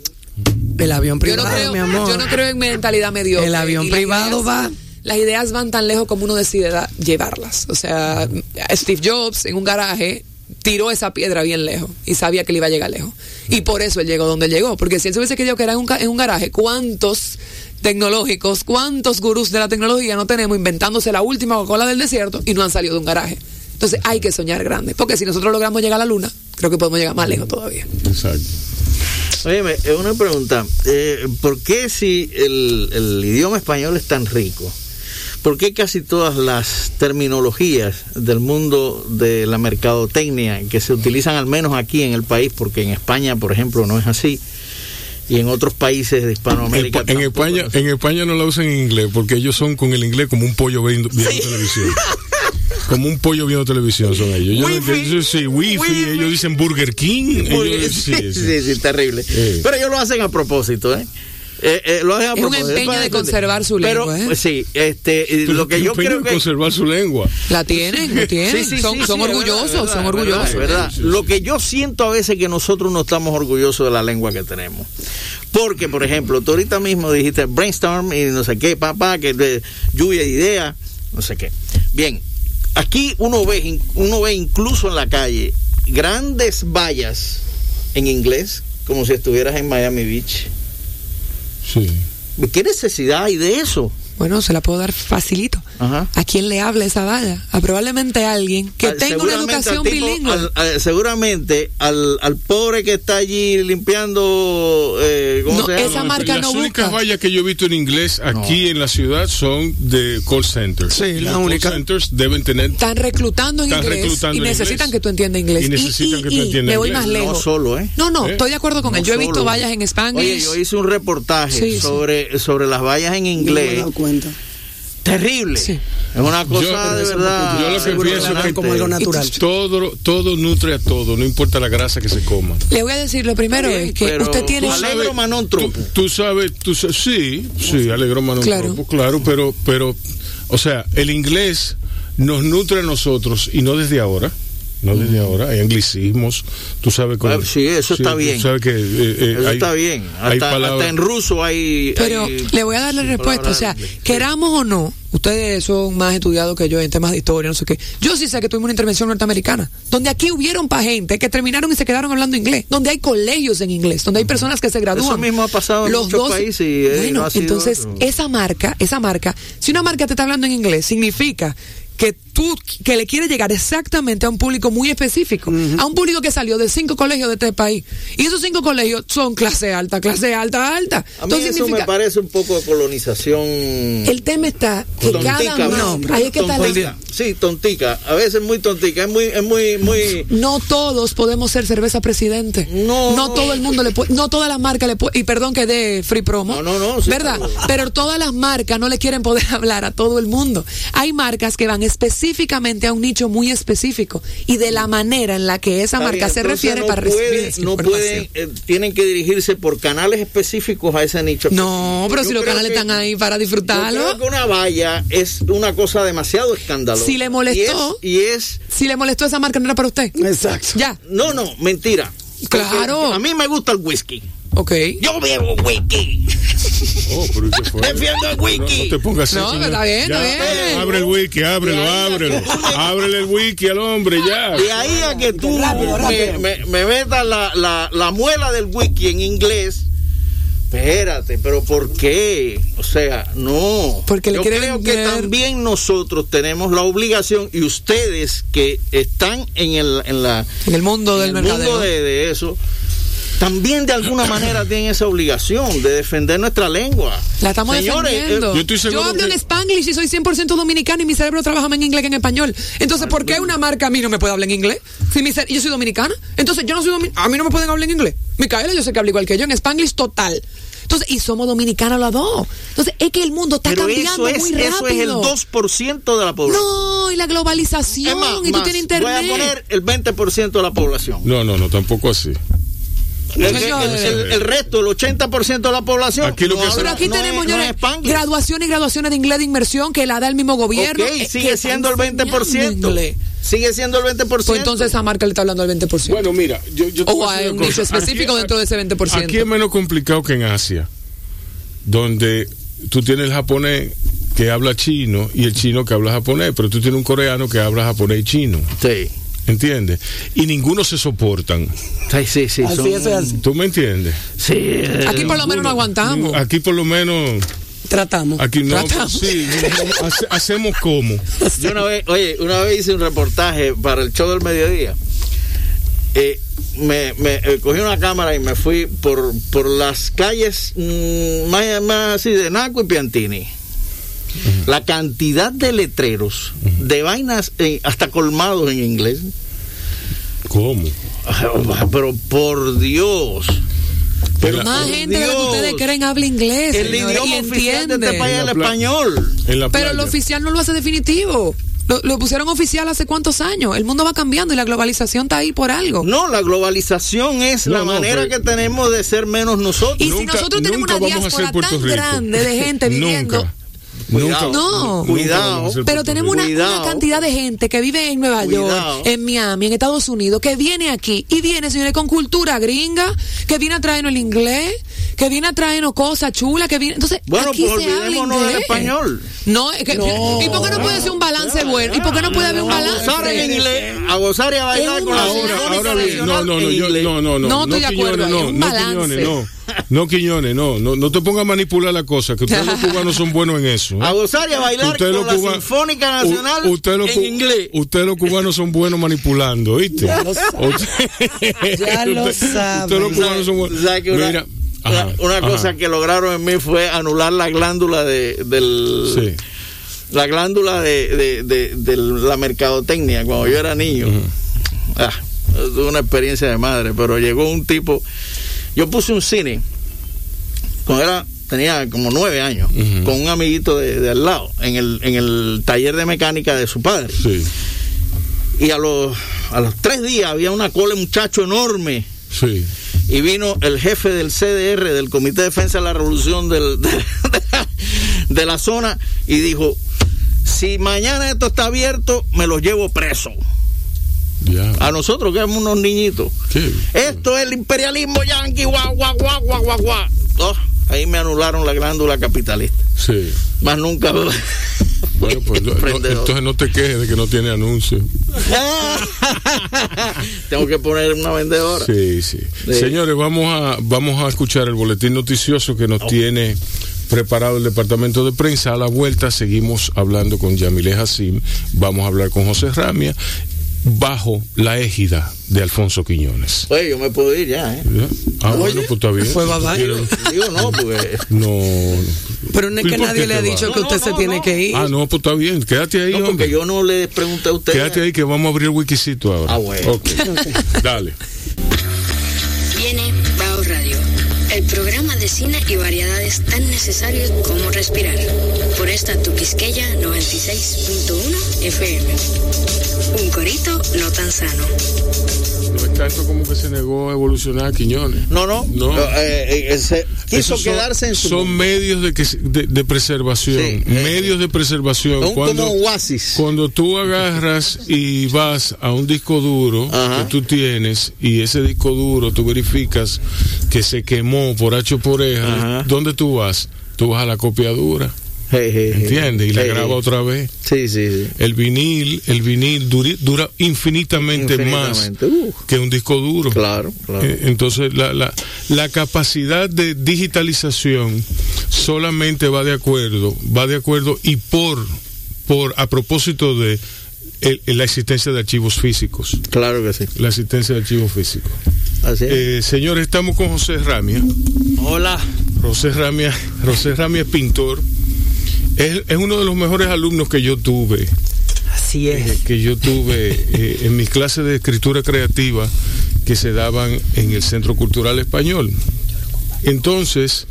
El avión privado, yo no creo, mi amor. Yo no creo en mentalidad mediocre. El avión privado ideas, va... Las ideas van tan lejos como uno decide da, llevarlas. O sea, Steve Jobs en un garaje tiró esa piedra bien lejos y sabía que le iba a llegar lejos. Y por eso él llegó donde él llegó. Porque si él se hubiese querido que era en un, en un garaje, ¿cuántos tecnológicos, cuántos gurús de la tecnología no tenemos inventándose la última Coca-Cola del desierto y no han salido de un garaje? Entonces hay que soñar grande, porque si nosotros logramos llegar a la luna, creo que podemos llegar más lejos todavía. Exacto. Óyeme, una pregunta, eh, ¿por qué si el, el idioma español es tan rico, por qué casi todas las terminologías del mundo de la mercadotecnia que se utilizan al menos aquí en el país, porque en España, por ejemplo, no es así, y en otros países de Hispanoamérica en, en España en España no la usan en inglés porque ellos son con el inglés como un pollo viendo, viendo sí. televisión como un pollo viendo televisión son ellos. Yo wifi, no entiendo, sí, wifi, wifi, ellos dicen Burger King. Burger, ellos, sí, sí, sí, sí, terrible. Sí. Pero ellos lo hacen a propósito, ¿eh? Eh, eh, lo hacen a Es un propósito, empeño para de defender. conservar su Pero, lengua, ¿eh? pues, sí, este, lo que yo creo que conservar su lengua. La tienen, lo tienen. Sí, sí, son sí, son sí, orgullosos, es verdad, son es orgullosos. verdad, es verdad. Sí, sí. Lo que yo siento a veces que nosotros no estamos orgullosos de la lengua que tenemos. Porque, por ejemplo, tú ahorita mismo dijiste brainstorm y no sé qué, papá, que de lluvia de ideas, no sé qué. Bien, aquí uno ve, uno ve incluso en la calle grandes vallas en inglés, como si estuvieras en Miami Beach. Sí. ¿Qué necesidad hay de eso? Bueno, se la puedo dar facilito. Ajá. ¿A quién le habla esa valla? A probablemente a alguien que Al- tenga una seguramente educación al tipo- bilingüe. al- al- seguramente al, al pobre que está allí limpiando, eh, ¿cómo No, se esa llama? marca Las no únicas busca. vallas que yo he visto en inglés aquí en la ciudad son de call centers. Sí, Y la los única. call centers deben tener. Están reclutando en Están inglés reclutando y en necesitan inglés. que tú entiendas inglés. Y necesitan que tú entiendas Le voy inglés. más lejos. No solo, ¿eh? No, no, ¿Eh? estoy de acuerdo con él. No Yo he visto solo. vallas en Spanglish. Oye, yo hice un reportaje Sí, sí. sobre, sobre las vallas en No me he inglés. dado cuenta. Terrible. Sí. Es una cosa Yo- de eso verdad. yo lo que Seguro pienso lo es harán que como algo natural. todo, todo nutre a todo, no importa la grasa que se coma. Le voy a decir, lo primero Está bien, es que pero usted tiene... tú sabes- Alegro Manon tú, Tropo. tú sabes, tú sabes, sí, sí, alegro Manon Claro. Tropo, claro, pero, pero, o sea, el inglés nos nutre a nosotros y no desde ahora. No desde ahora, hay anglicismos, tú sabes cómo. Ah, sí, eso está tú bien. sabes que, eh, eh, Eso hay- está bien. hay Hasta, palabras- hasta en ruso hay. Pero hay- le voy a dar la sí, respuesta, o sea, palabras en inglés. queramos o no, ustedes son más estudiados que yo en temas de historia, no sé qué. Yo sí sé que tuvimos una intervención norteamericana, donde aquí hubieron pa' gente que terminaron y se quedaron hablando inglés, donde hay colegios en inglés, donde hay personas que se gradúan. Eso mismo ha pasado en muchos países y, eh, bueno, no ha sido entonces otro. esa marca, esa marca, si una marca te está hablando en inglés, significa que tú, que le quieres llegar exactamente a un público muy específico, a un público que salió de cinco colegios de este país. Y esos cinco colegios son clase alta, clase alta, alta. A mí Entonces eso significa, me parece un poco de colonización. el tema está que tontica, cada no, marca, ahí es que está la- tontica. Sí, tontica. A veces muy tontica. Es muy, es muy, muy. no todos podemos ser cerveza presidente. No. No todo el mundo le puede, no todas las marcas le puede, y perdón que dé free promo. No, no, no, sí, ¿verdad? pero- Pero todas las marcas no le quieren poder hablar a todo el mundo. Hay marcas que van específicamente a un nicho muy específico y de la manera en la que esa Está marca bien, se entonces refiere no para puede- recibir esa no información. pueden, eh, tienen que dirigirse por canales específicos a ese nicho. No, pero Yo si los creo canales que- están ahí para Yo disfrutarlo. creo que una valla es una cosa demasiado escandalosa. Si le molestó- Y es, y es Si le molestó esa marca, no era para usted. Exacto. Ya. no, no, mentira. Claro. Porque a mí me gusta el whisky. Ok. Yo bebo whisky. Oh, pero ¿y qué fue? Defiendo el whisky. No, no te pongas así. No, señor. está bien, Ya, está bien. Abre el wiki, ábrelo, ábrelo. Ábrele el wiki al hombre, ya. De ahí a que tú Rápido, rápido. me, me- me metas la, la, la muela del whisky en inglés. Espérate, pero ¿por qué? O sea, no. Porque le Yo quieren creo que ver- también nosotros tenemos la obligación, y ustedes que están en el, en la, En el mundo del en el mercadeo. mundo de, de eso, también de alguna manera tienen esa obligación de defender nuestra lengua. La estamos Señores, defendiendo. eh, yo estoy seguro hablo que- en Spanglish y soy cien por ciento dominicano y mi cerebro trabaja más en inglés que en español. Entonces, ¿por qué una marca a mí no me puede hablar en inglés? Si mi cere- yo soy dominicana. Entonces, yo no soy dominicana. A mí no me pueden hablar en inglés. Micaela, yo sé que habla igual que yo en Spanglish total. Entonces, y somos dominicanos los dos. Entonces, es que el mundo está pero cambiando eso es, muy rápido. eso es el dos por ciento de la población. No, y la globalización. Es más, y tú más, tienes internet. voy a poner el veinte por ciento de la población. No, no, no, tampoco así. El, el- Señores. el- el resto, el ochenta por ciento de la población. Aquí lo que habla- Pero aquí no tenemos, es, no señores, es Spanglish. graduaciones y graduaciones de inglés de inmersión que la da el mismo gobierno. Ok, eh, sigue que siendo está el veinte por ciento. enseñando inglés. Sigue siendo el veinte por ciento. Pues entonces esa marca le está hablando al veinte por ciento. Bueno, mira, yo, yo te O voy a hay decir un una nicho cosa. específico dentro de ese veinte por ciento. Aquí es menos complicado que en Asia, donde tú tienes el japonés que habla chino y el chino que habla japonés, pero tú tienes un coreano que habla japonés y chino. Sí. ¿Entiendes? Y ninguno se soportan. Sí, sí, sí. Así son- es, es así. ¿Tú me entiendes? Sí, eh, Aquí por lo menos no aguantamos. Aquí por lo menos, Tratamos. aquí no, Tratamos. sí, no, hace- hacemos como. Yo una vez, oye, una vez hice un reportaje para el show del mediodía. Eh, me, me eh, cogí una cámara y me fui por, por las calles mm, más, más así de Naco y Piantini. La cantidad de letreros, de vainas, eh, hasta colmados en inglés. ¿Cómo? Pero por Dios. Pero Más por gente de lo que Dios. ustedes creen habla inglés, El señores, idioma y oficial de entiende. este país es el En la pla- español. En la Pero playa. lo oficial no lo hace definitivo. Lo Lo, lo pusieron oficial hace cuántos años. El mundo va cambiando y la globalización está ahí por algo. No, la globalización es No, la no, manera pero- que tenemos de ser menos nosotros. Y si Nunca- nosotros tenemos nunca una vamos a ser diáspora Puerto tan Rico. grande de gente viviendo. Nunca. Cuidado. Nunca- No. nunca Cuidado. vamos a ser Pero Puerto tenemos Rico. una, Cuidado. una cantidad de gente que vive en Nueva Cuidado. York, en Miami, en Estados Unidos, que viene aquí y viene, señores, con cultura gringa, que viene a traernos el inglés, que viene a traernos cosas chulas, que viene. Entonces, Bueno, aquí pues se habla olvidémonos del inglés. español. No, es que, ¿y por qué no puede ser un balance bueno? ¿Y por qué no puede haber un A gozar en balance? inglés, a gozar y a bailar Es con la un Ahora, Sinfónica ahora bien, no, Nacional no, no, en yo, inglés. no, no, no, No estoy de acuerdo, Quiñones, hay no, un no, balance. Quiñones, no, no, Quiñones, no, no, no te pongas a manipular la cosa, que ustedes los cubanos son buenos en eso. ¿eh? A gozar y a bailar Ustedes con los la cuba- Sinfónica U- Nacional ustedes los en cu- inglés. Ustedes los cubanos son buenos manipulando, ¿viste? Ya lo sabe. Usted- Ya lo usted- sabe. Ustedes los cubanos son buenos. ¿Sabes que una, Mira, una- ajá, una ajá. cosa que lograron en mí fue anular la glándula de, del Sí. la glándula de, de, de, de la mercadotecnia cuando yo era niño. Ah, tuve una experiencia de madre, pero llegó un tipo, yo puse un cine cuando era tenía como nueve años, Ujú. con un amiguito de, de al lado, en el, en el taller de mecánica de su padre. Sí, Y a los, a los tres días había una cola de muchacho enorme. sí. Y vino el jefe del C D R, del Comité de Defensa de la Revolución del, de, de la zona, y dijo: si mañana esto está abierto, me los llevo preso. Ya. A nosotros que éramos unos niñitos. ¿Qué? Esto es el imperialismo yanqui, guau, guau, guau, guau, guau, guau. Oh, ahí me anularon la glándula capitalista. Sí. Más nunca. Bueno, pues no- no, Emprendedor. entonces no te quejes de que no tiene anuncio. Tengo que poner una vendedora. Sí, sí. Sí. Señores, vamos a vamos a escuchar el boletín noticioso que nos tiene preparado el departamento de prensa. A la vuelta seguimos hablando con Yamile Hassim, vamos a hablar con José Ramia bajo la égida de Alfonso Quiñones. Oye, yo me puedo ir ya, ¿eh? ¿Ya? Ah, Oye, bueno, pues está bien. fue bye bye. ¿Quieres? Digo no, porque. No. Pero no es ¿Y que por nadie qué le te ha vas? dicho que No, usted no, se no, tiene no. que ir. Ah, no, pues está bien. Quédate ahí, No, hombre. porque yo no le pregunté a usted. Quédate ahí que vamos a abrir el wikisito ahora. Ah, bueno. Ok. Dale. Viene Bao Radio, el programa de cine y variedades tan necesarios como respirar. Por esta tu Quisqueya noventa y seis punto uno F M. Un corito no tan sano. No es tanto como que se negó a evolucionar Quiñones. No, no. No. Eh, eh, se quiso Esos son- quedarse en su. Son medios de, que, de, de preservación. Sí, eh, medios de preservación. un Cuando, como oasis. cuando tú agarras y vas a un disco duro Ajá. que tú tienes y ese disco duro tú verificas que se quemó por H o por E, Ajá. ¿dónde tú vas? Tú vas a la copiadura, Hey, hey, hey. ¿entiendes? Y la Hey, graba hey. otra vez. Sí, sí, sí. El vinil, el vinil duri- dura infinitamente, Infinitamente. más Uh. que un disco duro. Claro, claro. Eh, Entonces, la, la, la capacidad de digitalización solamente va de acuerdo, va de acuerdo y por, por a propósito de el- la existencia de archivos físicos. Claro que sí. La existencia de archivos físicos. Así es. Eh, señores, estamos con José Ramia. Hola. José Ramia, José Ramia es pintor. Es, es uno de los mejores alumnos que yo tuve. Así eh, es. que yo tuve eh, en mis clases de escritura creativa que se daban en el Centro Cultural Español. Entonces,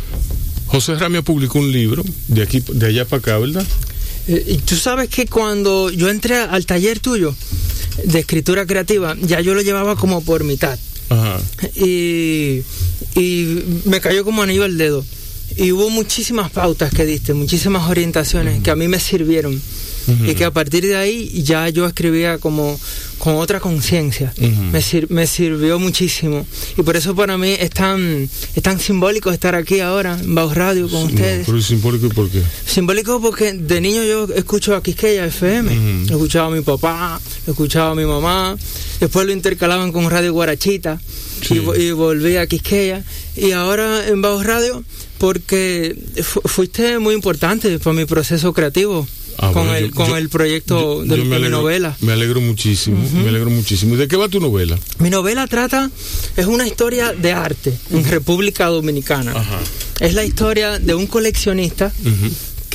José Ramia publicó un libro de aquí, de allá para acá, ¿verdad? Eh, y tú sabes que cuando yo entré al taller tuyo de escritura creativa, ya yo lo llevaba como por mitad. Ajá. Y, y me cayó como anillo al dedo. Y hubo muchísimas pautas que diste, muchísimas orientaciones que a mí me sirvieron. Ujú. Y que a partir de ahí ya yo escribía como con otra conciencia. Ujú. me, sir- me sirvió muchísimo. Y por eso para mí es tan, es tan simbólico estar aquí ahora en Baos Radio con No, ustedes. pero es simbólico, ¿y por qué? Simbólico porque de niño yo escucho a Quisqueya F M, Ujú. lo escuchaba a mi papá, lo escuchaba a mi mamá, después lo intercalaban con Radio Guarachita Sí. y, vo- y volví a Quisqueya, y ahora en Baos Radio porque fu- fuiste muy importante para mi proceso creativo. Ah, con bueno, el yo- con yo- el proyecto yo- de, yo de me mi alegro- novela. Me alegro muchísimo, me alegro muchísimo. ¿Y de qué va tu novela? Mi novela trata, es una historia de arte en República Dominicana. Ajá. Es la historia de un coleccionista Ujú.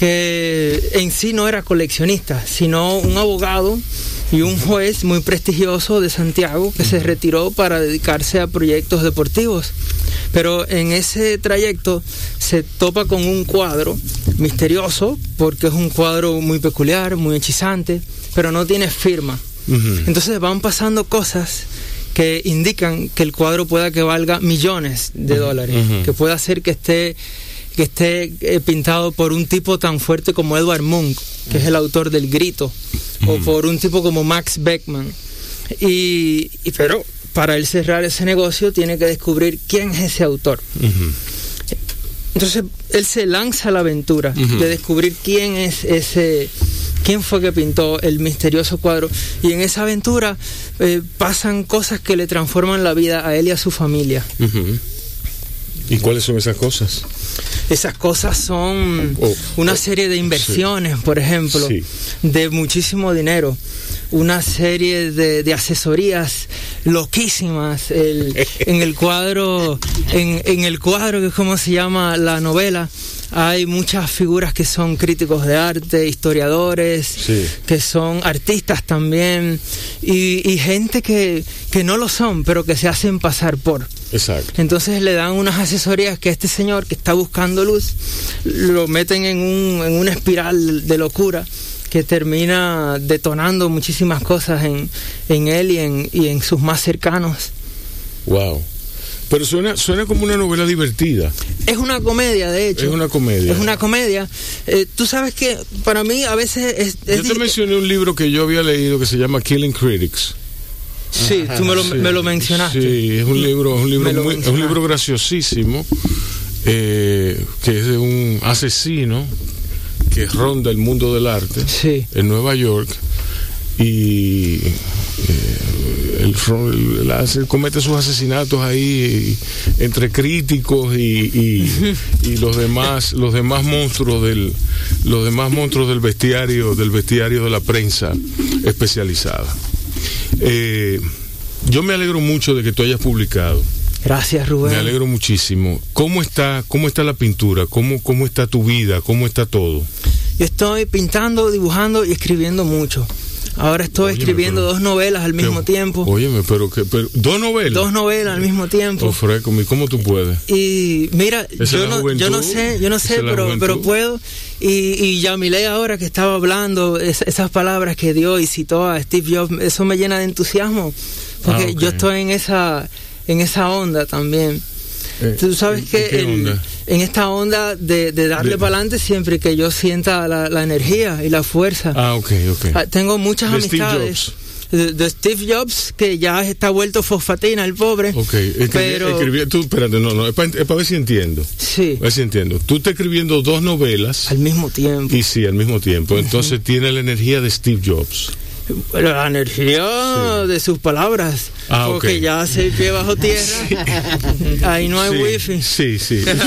que en sí no era coleccionista, sino un abogado y un juez muy prestigioso de Santiago que se retiró para dedicarse a proyectos deportivos. Pero en ese trayecto se topa con un cuadro misterioso, porque es un cuadro muy peculiar, muy hechizante, pero no tiene firma. Uh-huh. Entonces van pasando cosas que indican que el cuadro pueda que valga millones de uh-huh. dólares, uh-huh. que pueda ser que esté que esté eh, pintado por un tipo tan fuerte como Edvard Munch, que uh-huh. es el autor del Grito, uh-huh. o por un tipo como Max Beckmann. Y, y pero para él cerrar ese negocio tiene que descubrir quién es ese autor. Uh-huh. Entonces él se lanza a la aventura uh-huh. de descubrir quién es ese, quién fue que pintó el misterioso cuadro, y en esa aventura eh, pasan cosas que le transforman la vida a él y a su familia. Uh-huh. ¿Y cuáles son esas cosas? Esas cosas son oh, una oh, serie de inversiones, sí. por ejemplo, sí. de muchísimo dinero, una serie de, de asesorías loquísimas. El, en el cuadro, en, en el cuadro que es como se llama la novela, hay muchas figuras que son críticos de arte, historiadores, sí. que son artistas también, y, y gente que, que no lo son, pero que se hacen pasar por. Exacto. Entonces le dan unas asesorías que este señor que está buscando luz, lo meten en, un, en una espiral de locura que termina detonando muchísimas cosas en, en él y en, y en sus más cercanos. Wow. Pero suena, suena como una novela divertida. Es una comedia, de hecho. Es una comedia. Es una comedia. Eh, tú sabes que para mí a veces es... es yo te di- mencioné un libro que yo había leído que se llama Killing Critics. Sí, tú me lo, sí, me lo mencionaste. Sí, es un libro, es un libro, muy, es un libro graciosísimo, eh, que es de un asesino que ronda el mundo del arte sí. en Nueva York, y eh, él, él, él comete sus asesinatos ahí y, entre críticos y, y, y los demás los demás monstruos del los demás monstruos del bestiario del bestiario de la prensa especializada. Eh, yo me alegro mucho de que tú hayas publicado. Gracias, Rubén. Me alegro muchísimo. ¿Cómo está, cómo está la pintura? ¿Cómo, cómo está tu vida? ¿Cómo está todo? Yo estoy pintando, dibujando y escribiendo mucho. Ahora estoy óyeme, escribiendo pero, dos novelas al mismo que, tiempo. Óyeme, pero que pero, dos novelas. Dos novelas al mismo tiempo. Oh, fresco, ¿cómo tú puedes? Y mira, yo no, yo no sé, yo no sé, pero, pero puedo. Y, y Yamile ahora que estaba hablando es, esas palabras que dio y citó a Steve Jobs, eso me llena de entusiasmo, porque ah, okay. yo estoy en esa en esa onda también. Eh, Tú sabes que el, en esta onda de, de darle para adelante siempre que yo sienta la, la energía y la fuerza. Ah, ok, ok. Ah, tengo muchas de amistades. Steve Jobs. De, de Steve Jobs, que ya está vuelto fosfatina el pobre. Ok, escribí, pero... escribí, tú, espérate, no, no, es para pa ver si entiendo. Sí. A ver si entiendo. Tú estás escribiendo dos novelas. Al mismo tiempo. Y sí, al mismo tiempo. Entonces uh-huh. tiene la energía de Steve Jobs. La energía sí. de sus palabras. Ah, porque okay. ya se pie bajo tierra. Sí. Ahí no hay sí, wifi. Sí, sí. Qué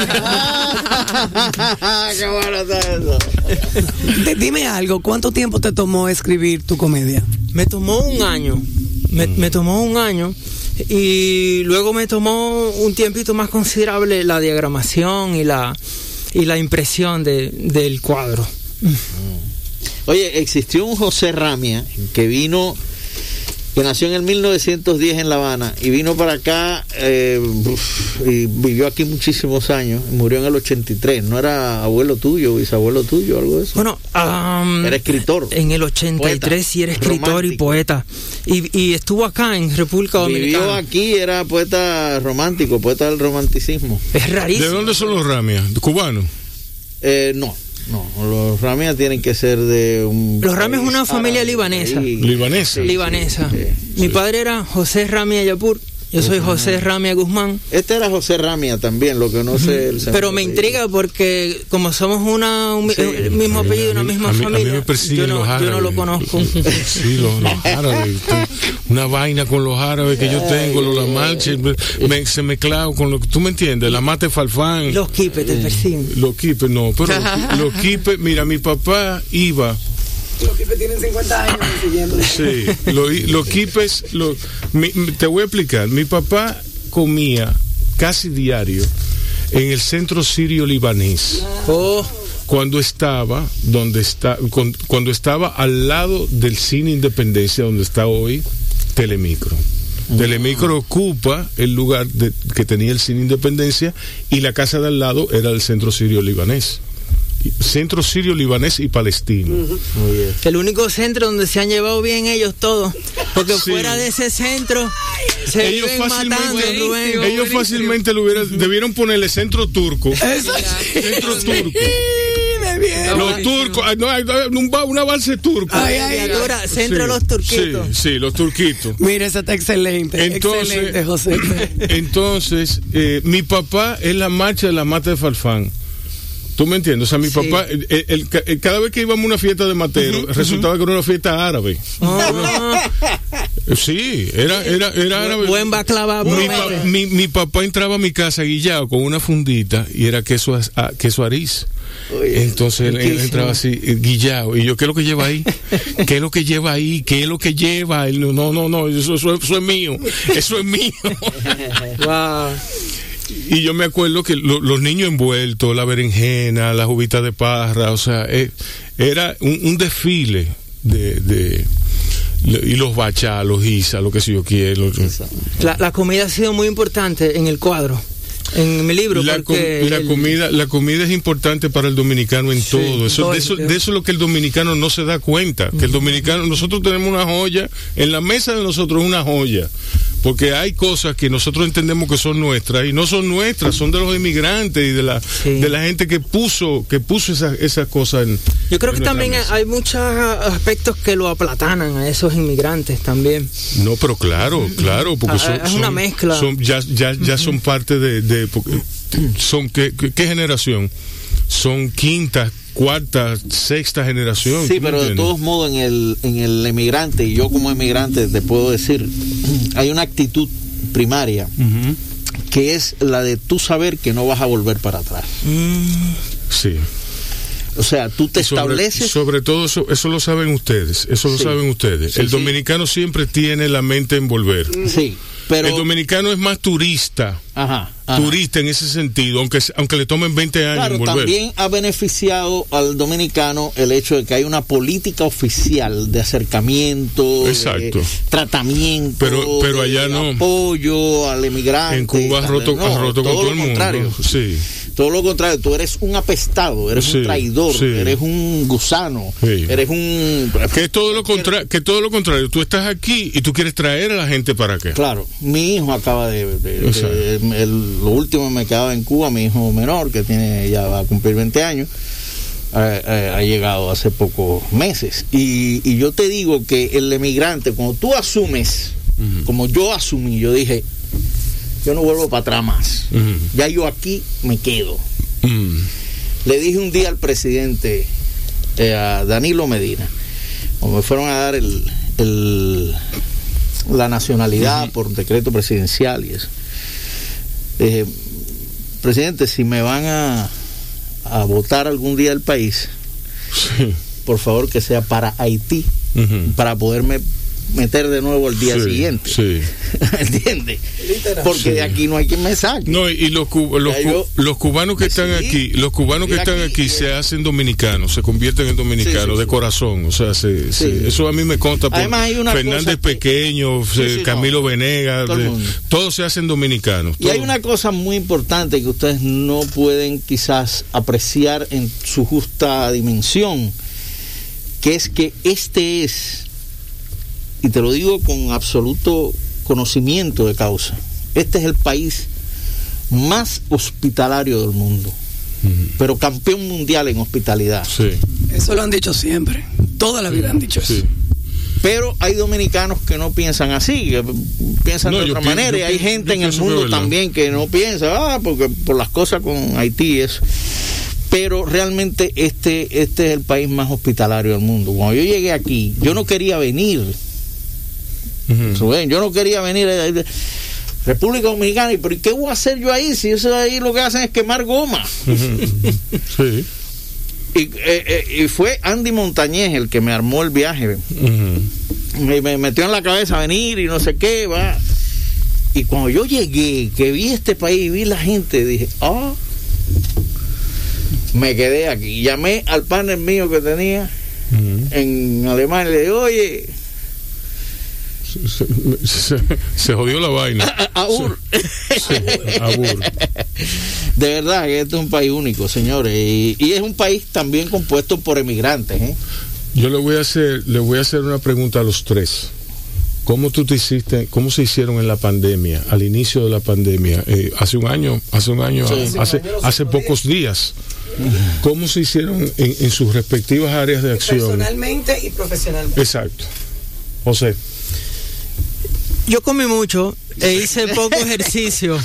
bueno está eso. Dime algo, ¿cuánto tiempo te tomó escribir tu comedia? Me tomó un año. Me, mm. me tomó un año. Y luego me tomó un tiempito más considerable la diagramación y la, y la impresión de, del cuadro. Mm. Oye, existió un José Ramia que vino, que nació en el mil novecientos diez en La Habana y vino para acá eh, y vivió aquí muchísimos años, murió en el ochenta y tres. ¿No era abuelo tuyo, bisabuelo tuyo, algo de eso? Bueno, um, era escritor. En el ochenta y tres sí era escritor romántico. Y poeta. Y, y estuvo acá en República Dominicana. Vivió aquí, era poeta romántico, poeta del romanticismo. Es rarísimo. ¿De dónde son los Ramia? ¿Cubanos? Eh, no. No, los Ramia tienen que ser de un... Los Ramia es una familia árabe, libanesa. Ahí. ¿Libanesa? Sí, libanesa. Sí, sí. Mi padre era José Ramia Yapur. Yo soy José Ramia Guzmán. Este era José Ramia también, lo que no sé. El Pero me intriga porque como somos una un, sí, el mismo apellido, una misma a mí, familia, a mí me persiguen yo, no, los árabes. yo no lo conozco. Sí, los, los árabes. Una vaina con los árabes que yo tengo, los la marcha, me, se mezclado con lo que tú me entiendes, la mate falfán. Los quipes te persiguen. Los quipes, no, pero los, los quipes, mira, mi papá iba... Los quipes tienen cincuenta años siguiendo. Sí, los lo quipes, lo, mi, te voy a explicar. Mi papá comía casi diario en el centro sirio libanés. Oh. Cuando estaba, donde está, con, cuando estaba al lado del cine Independencia, donde está hoy Telemicro. Telemicro ocupa el lugar de, que tenía el Cine Independencia, y la casa de al lado era el Centro Sirio Libanés. Centro Sirio Libanés y Palestino. Uh-huh. El único centro donde se han llevado bien ellos todos, porque sí. fuera de ese centro se ellos viven matando, Rubén. Ellos fácilmente lo hubieran, debieron ponerle centro turco. Eso sí. Centro turco. Los turcos, no, hay una base turca. Ay, ay, ay. Centro sí, los turquitos. Sí, sí, los turquitos. Mira, eso está excelente. Entonces, excelente, José. Entonces, eh, mi papá es la marcha de la mata de Farfán. ¿Tú me entiendes? O sea, mi sí. papá, el, el, el, cada vez que íbamos a una fiesta de matero, uh-huh, resultaba uh-huh. que era una fiesta árabe. Uh-huh. Sí, era, era, era árabe. Buen baklava. Mi, pa, mi, mi papá entraba a mi casa guillado con una fundita y era queso, a, queso ariz. Oye, entonces él, él entraba así, guillado. Y yo, ¿qué es lo que lleva ahí? ¿Qué es lo que lleva ahí? ¿Qué es lo que lleva? Él, no, no, no, eso, eso, eso es mío. Eso es mío. Wow. Y yo me acuerdo que lo, los niños envueltos, la berenjena, las uvitas de parra, o sea, eh, era un, un desfile de, de y los bachá, los isa, lo que si yo quiero. La, la comida ha sido muy importante en el cuadro. En mi libro, la, porque com, la el... comida la comida es importante para el dominicano en sí, todo. Eso, todo de, eso, de eso es lo que el dominicano no se da cuenta. Que el dominicano, nosotros tenemos una joya, en la mesa de nosotros es una joya. Porque hay cosas que nosotros entendemos que son nuestras y no son nuestras, son de los inmigrantes y de la sí. de la gente que puso que puso esas esas cosas en, yo creo en que también mesa. Hay muchos aspectos que lo aplatanan a esos inmigrantes también. No, pero claro, claro, porque son, es una son, mezcla. Son, ya ya ya son parte de, de son ¿qué, qué generación? Son quinta, cuarta, sexta generación. Sí, pero de todos modos en el en el emigrante, y yo como emigrante te puedo decir, hay una actitud primaria uh-huh. que es la de tú saber que no vas a volver para atrás. Mm. Sí. O sea, tú te sobre, estableces... Sobre todo eso, eso lo saben ustedes, eso lo sí. saben ustedes. Sí, el sí. dominicano siempre tiene la mente en volver. Sí, pero... El dominicano es más turista. Ajá, ajá. Turista en ese sentido, aunque aunque le tomen veinte años claro, en volver. También ha beneficiado al dominicano el hecho de que hay una política oficial de acercamiento, exacto. de tratamiento, pero, pero allá de no. apoyo al emigrante. En Cuba has roto, no, has roto todo con todo el mundo. Contrario. Sí. Todo lo contrario, tú eres un apestado, eres sí, un traidor, sí. eres un gusano, sí. eres un... Que es todo lo contrario, que todo lo contrario, tú estás aquí y tú quieres traer a la gente para acá. Claro, mi hijo acaba de... de, de, de el, lo último me quedaba en Cuba, mi hijo menor, que tiene ya va a cumplir veinte años, eh, eh, ha llegado hace pocos meses. Y, y yo te digo que el emigrante, cuando tú asumes, uh-huh. como yo asumí, yo dije... yo no vuelvo para atrás más. Uh-huh. Ya yo aquí me quedo. Uh-huh. Le dije un día al presidente, eh, a Danilo Medina, cuando me fueron a dar el, el la nacionalidad uh-huh. por decreto presidencial y eso, dije, presidente, si me van a, a votar algún día del país, sí. por favor que sea para Haití, uh-huh. para poderme meter de nuevo el día sí, siguiente. Sí. ¿Entiendes? Porque sí. de aquí no hay quien me saque. No, y los, cub- los, yo, los cubanos que están sí, aquí, los cubanos que están aquí, aquí se hacen dominicanos, se convierten en dominicanos sí, sí, de sí. corazón. O sea, se, sí. se, eso a mí me consta por Fernández Pequeño, que, sí, Camilo no, Venegas, todo de, todos se hacen dominicanos. Y todos. Hay una cosa muy importante que ustedes no pueden quizás apreciar en su justa dimensión, que es que este es, y te lo digo con absoluto conocimiento de causa, este es el país más hospitalario del mundo, uh-huh. pero campeón mundial en hospitalidad. Sí. Eso lo han dicho siempre, toda la vida han dicho sí. eso. Pero hay dominicanos que no piensan así, que piensan no, de otra pienso, manera, y hay gente en el mundo también que no piensa, ah, porque por las cosas con Haití y eso. Pero realmente este, este es el país más hospitalario del mundo. Cuando yo llegué aquí, yo no quería venir. Uh-huh. Yo no quería venir a República Dominicana, y pero ¿qué voy a hacer yo ahí? Si eso ahí lo que hacen es quemar goma. Uh-huh. Sí. Y, eh, eh, y fue Andy Montañez el que me armó el viaje. Uh-huh. me, me metió en la cabeza venir y no sé qué, va. Y cuando yo llegué, que vi este país y vi la gente, dije, ah, oh, me quedé aquí. Llamé al partner mío que tenía uh-huh. en Alemania y le dije, oye, Se, se, se jodió la vaina. Abur. Sí, abur. De verdad que este es un país único, señores, y, y es un país también compuesto por emigrantes, ¿eh? Yo le voy a hacer, le voy a hacer una pregunta a los tres. ¿Cómo tú te hiciste, cómo se hicieron en la pandemia, al inicio de la pandemia, eh, hace un año, hace un año, sí. hace, hace pocos días? ¿Cómo se hicieron en, en sus respectivas áreas de acción? Personalmente y profesionalmente. Exacto. José. Yo comí mucho e hice poco ejercicio.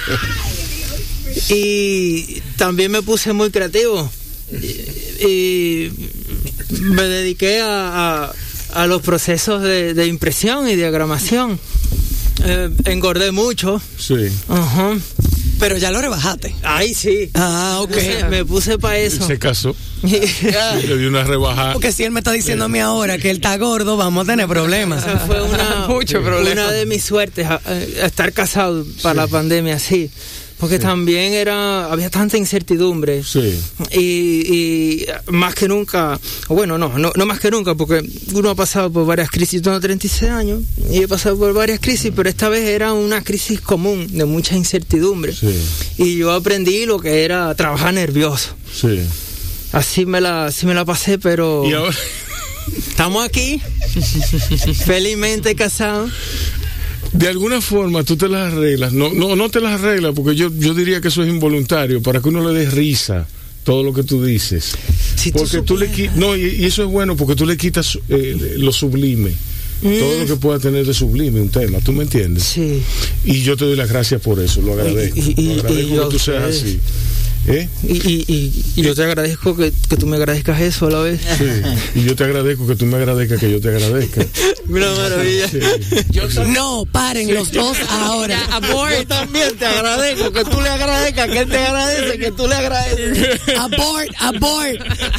Y también me puse muy creativo. Y, y me dediqué a, a, a los procesos de, de impresión y diagramación. Eh, engordé mucho. Sí. Ajá. Pero ya lo rebajaste. Ay, sí. Ah, ok. Me, me puse para eso. Se casó. Le dio una rebajada. Porque si él me está diciendo a mí ahora que él está gordo, vamos a tener problemas. O sea, fue una, Mucho problema. una de mis suertes a, a estar casado para sí. la pandemia, sí. Porque sí. también era había tanta incertidumbre. Sí. Y, y más que nunca, bueno, no, no, no más que nunca, porque uno ha pasado por varias crisis. Yo tengo treinta y seis años y he pasado por varias crisis, pero esta vez era una crisis común de mucha incertidumbre. Sí. Y yo aprendí lo que era trabajar nervioso. Sí. Así me la, así me la pasé, pero ¿y ahora? Estamos aquí, felizmente casados. De alguna forma tú te las arreglas, no, no, no te las arreglas, porque yo, yo diría que eso es involuntario, para que uno le dé risa todo lo que tú dices. Si porque tú, tú le quitas, no, y, y eso es bueno porque tú le quitas eh, lo sublime. Mm. Todo lo que pueda tener de sublime un tema, ¿tú me entiendes? Sí. Y yo te doy las gracias por eso, lo agradezco. Y, y, lo agradezco y, que tú seas así. ¿Eh? Y, y, y, y yo te agradezco que, que tú me agradezcas eso a la vez. Sí, y yo te agradezco que tú me agradezcas que yo te agradezca. Una maravilla. Sí. Yo no, paren sí. los dos ahora. Abort. Yo también te agradezco que tú le agradezcas, que él te agradece, que tú le agradeces. Abort, abort.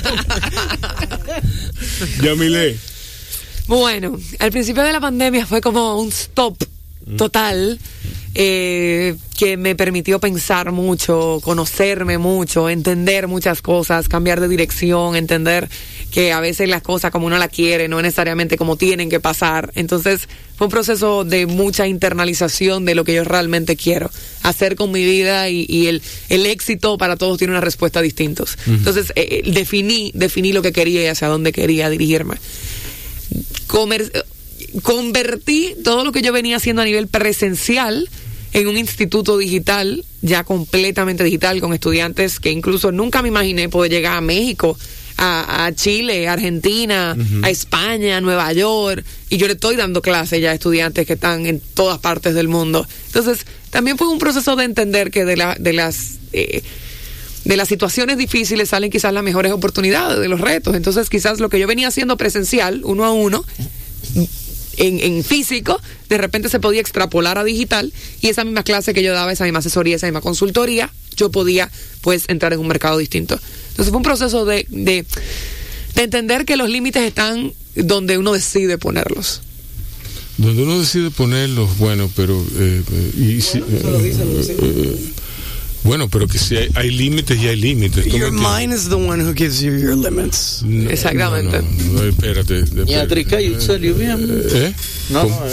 Yamile. Bueno, al principio de la pandemia fue como un stop total. Eh, que me permitió pensar mucho, conocerme mucho, entender muchas cosas, cambiar de dirección, entender que a veces las cosas como uno las quiere, no necesariamente como tienen que pasar. Entonces fue un proceso de mucha internalización de lo que yo realmente quiero hacer con mi vida y, y el, el éxito para todos tiene una respuesta distinta. Uh-huh. Entonces eh, definí, definí lo que quería y hacia dónde quería dirigirme. Comer, convertí todo lo que yo venía haciendo a nivel presencial en un instituto digital, ya completamente digital, con estudiantes que incluso nunca me imaginé poder llegar a México, a, a Chile, a Argentina, uh-huh. a España, a Nueva York, y yo le estoy dando clases ya a estudiantes que están en todas partes del mundo. Entonces, también fue un proceso de entender que de, la, de las... Eh, de las situaciones difíciles salen quizás las mejores oportunidades, de los retos. Entonces, quizás lo que yo venía haciendo presencial, uno a uno, En, en físico, de repente se podía extrapolar a digital, y esa misma clase que yo daba, esa misma asesoría, esa misma consultoría, yo podía pues entrar en un mercado distinto. Entonces fue un proceso de, de, de entender que los límites están donde uno decide ponerlos. Donde uno decide ponerlos, bueno, pero eh, y, si, eh, eh, eh, bueno, pero que si hay, hay límites y hay límites. Your mind is the one who gives you your limits. No, exactamente. No, no, no, espérate. espérate. Y Atrica, you salió bien. ¿Eh? No, no,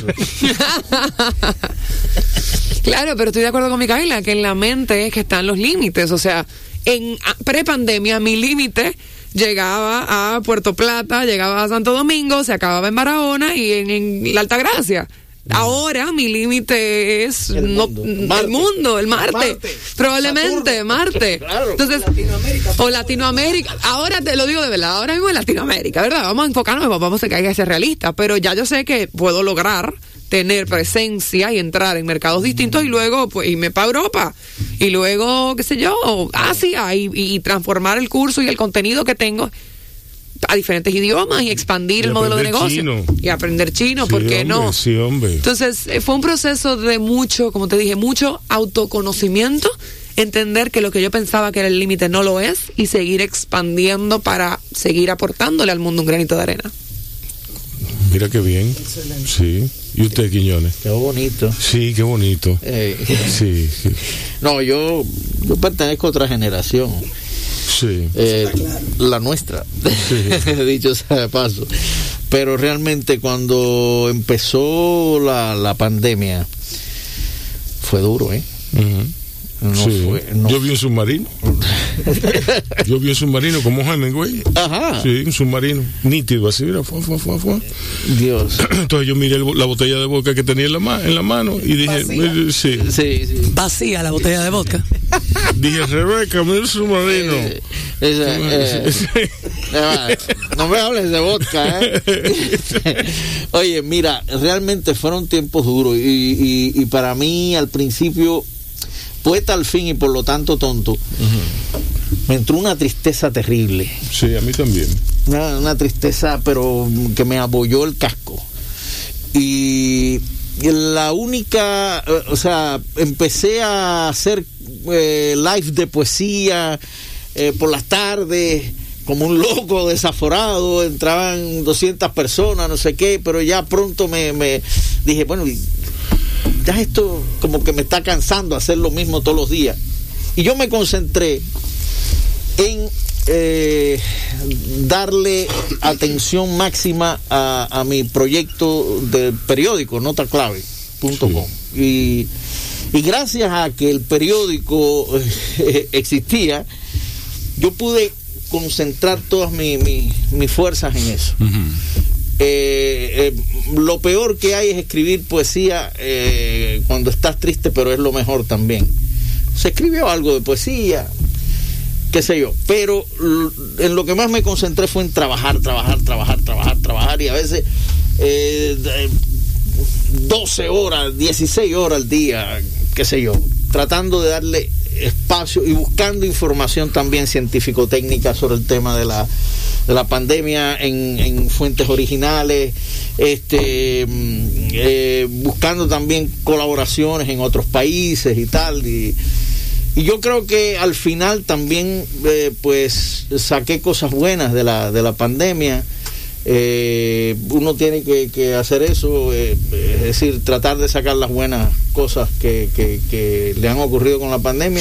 claro, pero estoy de acuerdo con Micaela, que en la mente es que están los límites. O sea, en pre-pandemia mi límite llegaba a Puerto Plata, llegaba a Santo Domingo, se acababa en Barahona y en, en la Altagracia. Ahora mi límite es el no, mundo, el, Marte. mundo, el Marte, Marte. probablemente Saturno. Marte. Claro. Entonces, Latinoamérica. o Latinoamérica. Ahora te lo digo de verdad, ahora mismo en Latinoamérica, ¿verdad? Vamos a enfocarnos, vamos a que hay que ser realistas, pero ya yo sé que puedo lograr tener presencia y entrar en mercados distintos y luego pues irme para Europa y luego, qué sé yo, Asia y, y transformar el curso y el contenido que tengo a diferentes idiomas y expandir y el modelo de negocio chino. Y aprender chino, Sí, ¿por qué hombre, no? sí, hombre. Entonces fue un proceso de mucho, como te dije, mucho autoconocimiento, entender que lo que yo pensaba que era el límite no lo es y seguir expandiendo para seguir aportándole al mundo un granito de arena. Mira qué bien. Excelente. Sí. ¿Y usted, Quiñones? Qué bonito. Sí, qué bonito. Eh, sí, sí. No, yo, yo pertenezco a otra generación. Sí. Eh, la nuestra, sí. Dicho sea de paso. pero realmente cuando empezó la, la pandemia fue duro, ¿eh? Uh-huh. No sí. fue, no. Yo vi un submarino. Yo vi un submarino como Hemingway. Ajá. Sí, un submarino nítido, así, mira, fue, fue, fue, fue. Dios. Entonces yo miré el, la botella de vodka que tenía en la, ma- en la mano y dije, eh, sí. Sí, sí. Vacía la botella de vodka. Dije, Rebeca, mira el submarino. Eh, esa, eh, eh, no me hables de vodka, ¿eh? Oye, mira, realmente fueron tiempos duros y, y, y para mí al principio, poeta al fin y por lo tanto tonto, uh-huh. me entró una tristeza terrible. Sí, a mí también. Una, una tristeza, pero que me abolló el casco. Y la única, o sea, empecé a hacer eh, live de poesía eh, por las tardes, como un loco desaforado, entraban doscientas personas, no sé qué, pero ya pronto me, me dije, bueno, ya esto como que me está cansando hacer lo mismo todos los días. Y yo me concentré en eh, darle atención máxima a, a mi proyecto del periódico nota clave punto com. Sí. Y, y gracias a que el periódico eh, existía, yo pude concentrar todas mi, mi, mis fuerzas en eso. Uh-huh. Eh, eh, lo peor que hay es escribir poesía eh, cuando estás triste, pero es lo mejor también. Se escribió algo de poesía, qué sé yo, pero l- en lo que más me concentré fue en trabajar, trabajar, trabajar, trabajar, trabajar, y a veces eh, doce horas, dieciséis horas al día, qué sé yo, tratando de darle espacio y buscando información también científico-técnica sobre el tema de la de la pandemia en, en fuentes originales, este eh, buscando también colaboraciones en otros países y tal, y, y yo creo que al final también eh, pues saqué cosas buenas de la de la pandemia. Eh, uno tiene que, que hacer eso, eh, es decir, tratar de sacar las buenas cosas que, que, que le han ocurrido con la pandemia.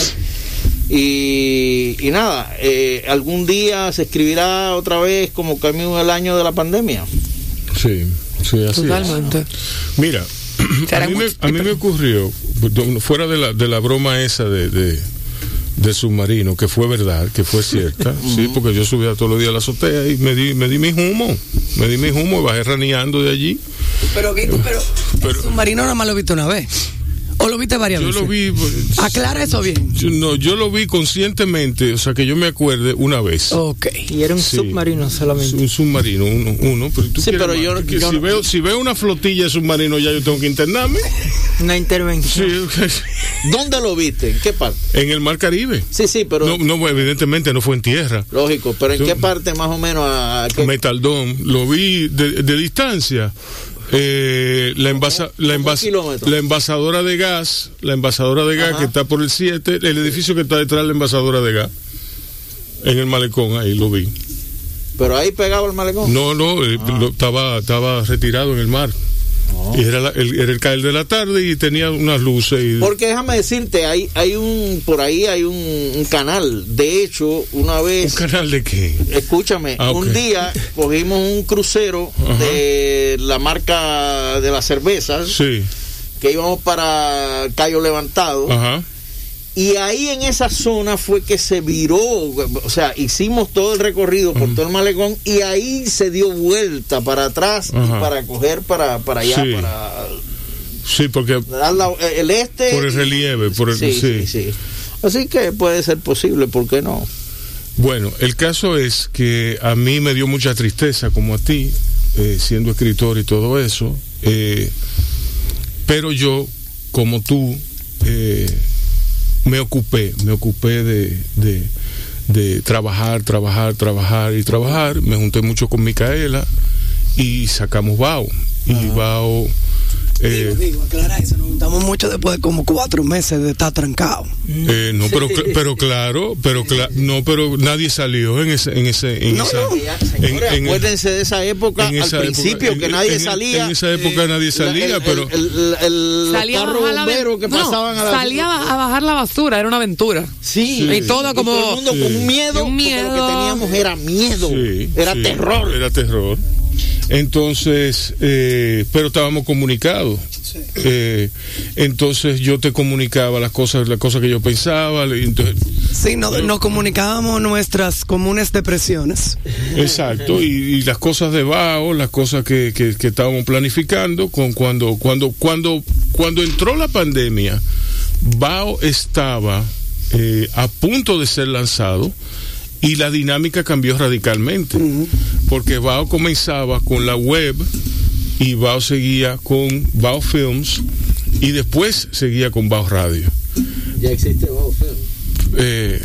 Y, y nada, eh, algún día se escribirá otra vez como camino el año de la pandemia. Sí, sí, así totalmente. Es. Mira, a mí, me, a mí me ocurrió, fuera de la, de la broma esa de, de, de submarino, que fue verdad, que fue cierta, uh-huh. sí, porque yo subía todos los días a la azotea y me di, me di mi humo, me di mi humo y bajé raneando de allí. Pero, pero, pero, pero el submarino nada más lo viste una vez. ¿O lo viste varias yo veces? Yo lo vi... Aclara eso bien. Yo, no, yo lo vi conscientemente, o sea, que yo me acuerde una vez. Ok. Y era un sí. submarino solamente. Un submarino, uno. uno pero tú sí, pero yo, más, yo si, no... veo, si veo una flotilla de submarino, ya yo tengo que internarme. Una intervención. Sí, okay. ¿Dónde lo viste? ¿En qué parte? En el Mar Caribe. Sí, sí, pero... No, no evidentemente no fue en tierra. Lógico, pero ¿en yo, qué parte más o menos? A, a qué... Metaldón. Lo vi de, de distancia. Eh, la, envasa, la, envas, la envasadora de gas, la envasadora de gas, ajá, que está por el siete, el edificio que está detrás de la envasadora de gas, en el malecón, ahí lo vi. ¿Pero ahí pegado el malecón? No, no, ah. lo, estaba, estaba retirado en el mar. Oh. Y era, la, el, era el caer de la tarde y tenía unas luces. Y... Porque déjame decirte, hay, hay un, por ahí hay un, un canal. De hecho, una vez. ¿Un canal de qué? Escúchame, ah, okay. un día cogimos un crucero, ajá, de la marca de las cervezas. Sí. Que íbamos para Cayo Levantado. Ajá. Y ahí en esa zona fue que se viró, o sea, hicimos todo el recorrido por uh-huh. todo el malecón y ahí se dio vuelta para atrás, uh-huh, y para coger para, para allá, sí, para... Sí, porque... La, el este... Por el relieve, por el... Sí, sí, sí, sí. Así que puede ser posible, ¿por qué no? Bueno, el caso es que a mí me dio mucha tristeza, como a ti, eh, siendo escritor y todo eso, eh, pero yo, como tú... Eh, me ocupé, me ocupé de, de, de trabajar, trabajar, trabajar y trabajar. Me junté mucho con Micaela y sacamos Bao. Y uh-huh. Bao... Eh, digo, digo, aclara eso, nos juntamos mucho después de como cuatro meses de estar trancado. Eh, no, pero pero claro, pero cla- no, pero nadie salió en ese, en ese, en no, esa. No, en, en, acuérdense de esa época, al esa principio época, que nadie en, salía. En esa época eh, nadie salía, el, pero el, el, el salía carro bombero que no, pasaban a la salía a bajar la basura, era una aventura. Sí, sí. Y todo como y todo el mundo sí. con miedo, un miedo. Lo que teníamos era miedo, sí, era sí, terror, era terror. Entonces, eh, pero estábamos comunicados. Sí. Eh, entonces yo te comunicaba las cosas, las cosas que yo pensaba. Entonces, sí, no, yo, nos comunicábamos nuestras comunes depresiones. Exacto, y, y las cosas de Bao, las cosas que, que, que estábamos planificando. Con cuando, cuando, cuando, cuando entró la pandemia, Bao estaba eh, a punto de ser lanzado. Y la dinámica cambió radicalmente, uh-huh. porque Bao comenzaba con la web y Bao seguía con Bao Films y después seguía con Bao Radio. ¿Ya existe Bao Films? Eh,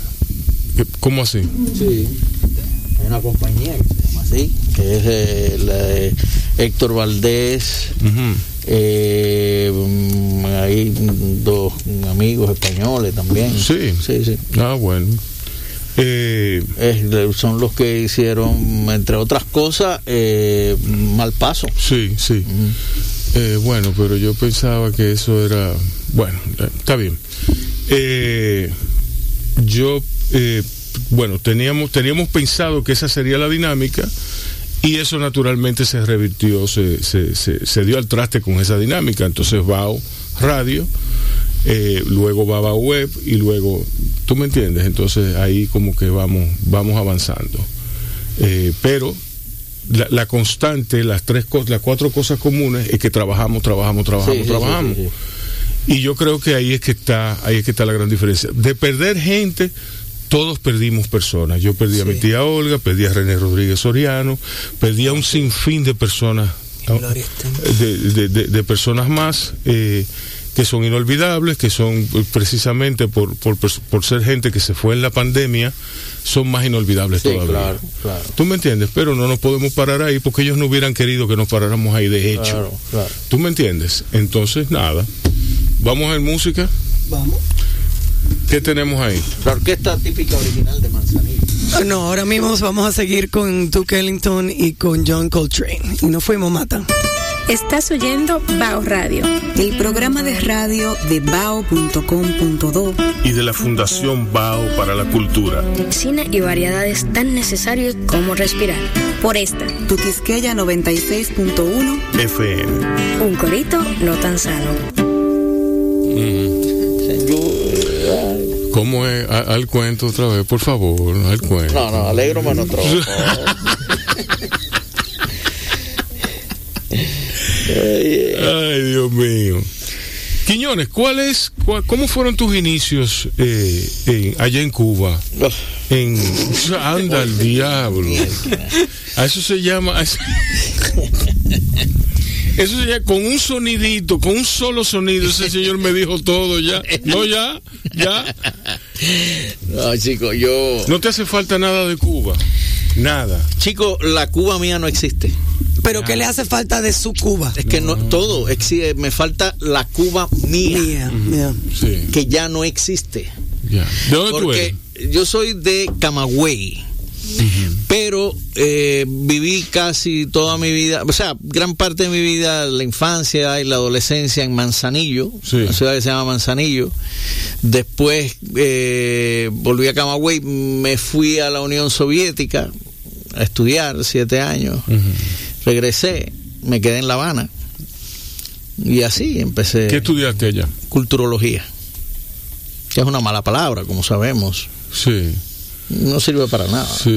¿Cómo así? Sí, hay una compañía que se llama así, que es eh, la de Héctor Valdés, uh-huh. eh, hay dos amigos españoles también. Sí, sí, sí. Ah, bueno. Eh, es, son los que hicieron, entre otras cosas, eh, Mal Paso. Sí, sí. Uh-huh. eh, bueno, pero yo pensaba que eso era... Bueno, está bien. Eh, yo, eh, bueno, teníamos, teníamos pensado que esa sería la dinámica y eso naturalmente se revirtió, se, se, se, se dio al traste con esa dinámica. Entonces Bao Radio... Eh, luego va a web y luego, ¿tú me entiendes? Entonces ahí como que vamos vamos avanzando, eh, pero la, la constante, las tres cosas, las cuatro cosas comunes es que trabajamos, trabajamos, trabajamos, sí, trabajamos, sí, sí, sí. Y yo creo que ahí es que está ahí es que está la gran diferencia de perder gente. Todos perdimos personas. Yo perdí sí. a mi tía Olga, perdí a René Rodríguez Soriano, perdí a un sinfín de personas, de, de, de, de personas más. Eh, que son inolvidables, que son precisamente por, por, por ser gente que se fue en la pandemia, son más inolvidables sí, todavía. Claro, claro. ¿Tú me entiendes? Pero no nos podemos parar ahí porque ellos no hubieran querido que nos paráramos ahí de hecho. Claro, claro. ¿Tú me entiendes? Entonces, nada. ¿Vamos a ver música? Vamos. ¿Qué tenemos ahí? La orquesta típica original de Manzanillo. No, ahora mismo vamos a seguir con Duke Ellington y con John Coltrane. Y nos fuimos, Mata. Estás oyendo Bao Radio, el programa de radio de bao punto com punto do y de la Fundación Bao para la Cultura. Cine y variedades tan necesarios como respirar. Por esta, Tu Quisqueya noventa y seis punto uno F M. Un corito no tan sano. Mm. ¿Cómo es? Al, al cuento otra vez, por favor, al cuento. No, no, alegro menos troco. Ay, Dios mío. Quiñones, ¿cuál es, cuál, ¿cómo fueron tus inicios eh, en, allá en Cuba? En, anda el diablo. A eso se llama... A eso, eso se llama con un sonidito, con un solo sonido. Ese señor me dijo todo ya. No, ya, ya. No, chico, yo... No te hace falta nada de Cuba. Nada. Chico, la Cuba mía no existe. ¿Pero qué le hace falta de su Cuba? Es que no, todo, existe, me falta la Cuba mía, mía, mía. Sí. que ya no existe. Yeah. ¿De dónde Porque tú eres? Yo soy de Camagüey, uh-huh. pero eh, viví casi toda mi vida, o sea, gran parte de mi vida, la infancia y la adolescencia en Manzanillo, sí. una ciudad que se llama Manzanillo. Después eh, volví a Camagüey, me fui a la Unión Soviética a estudiar siete años. Uh-huh. Regresé, me quedé en La Habana y así empecé. ¿Qué estudiaste allá? Culturología, que es una mala palabra, como sabemos. Sí. No sirve para nada. Sí.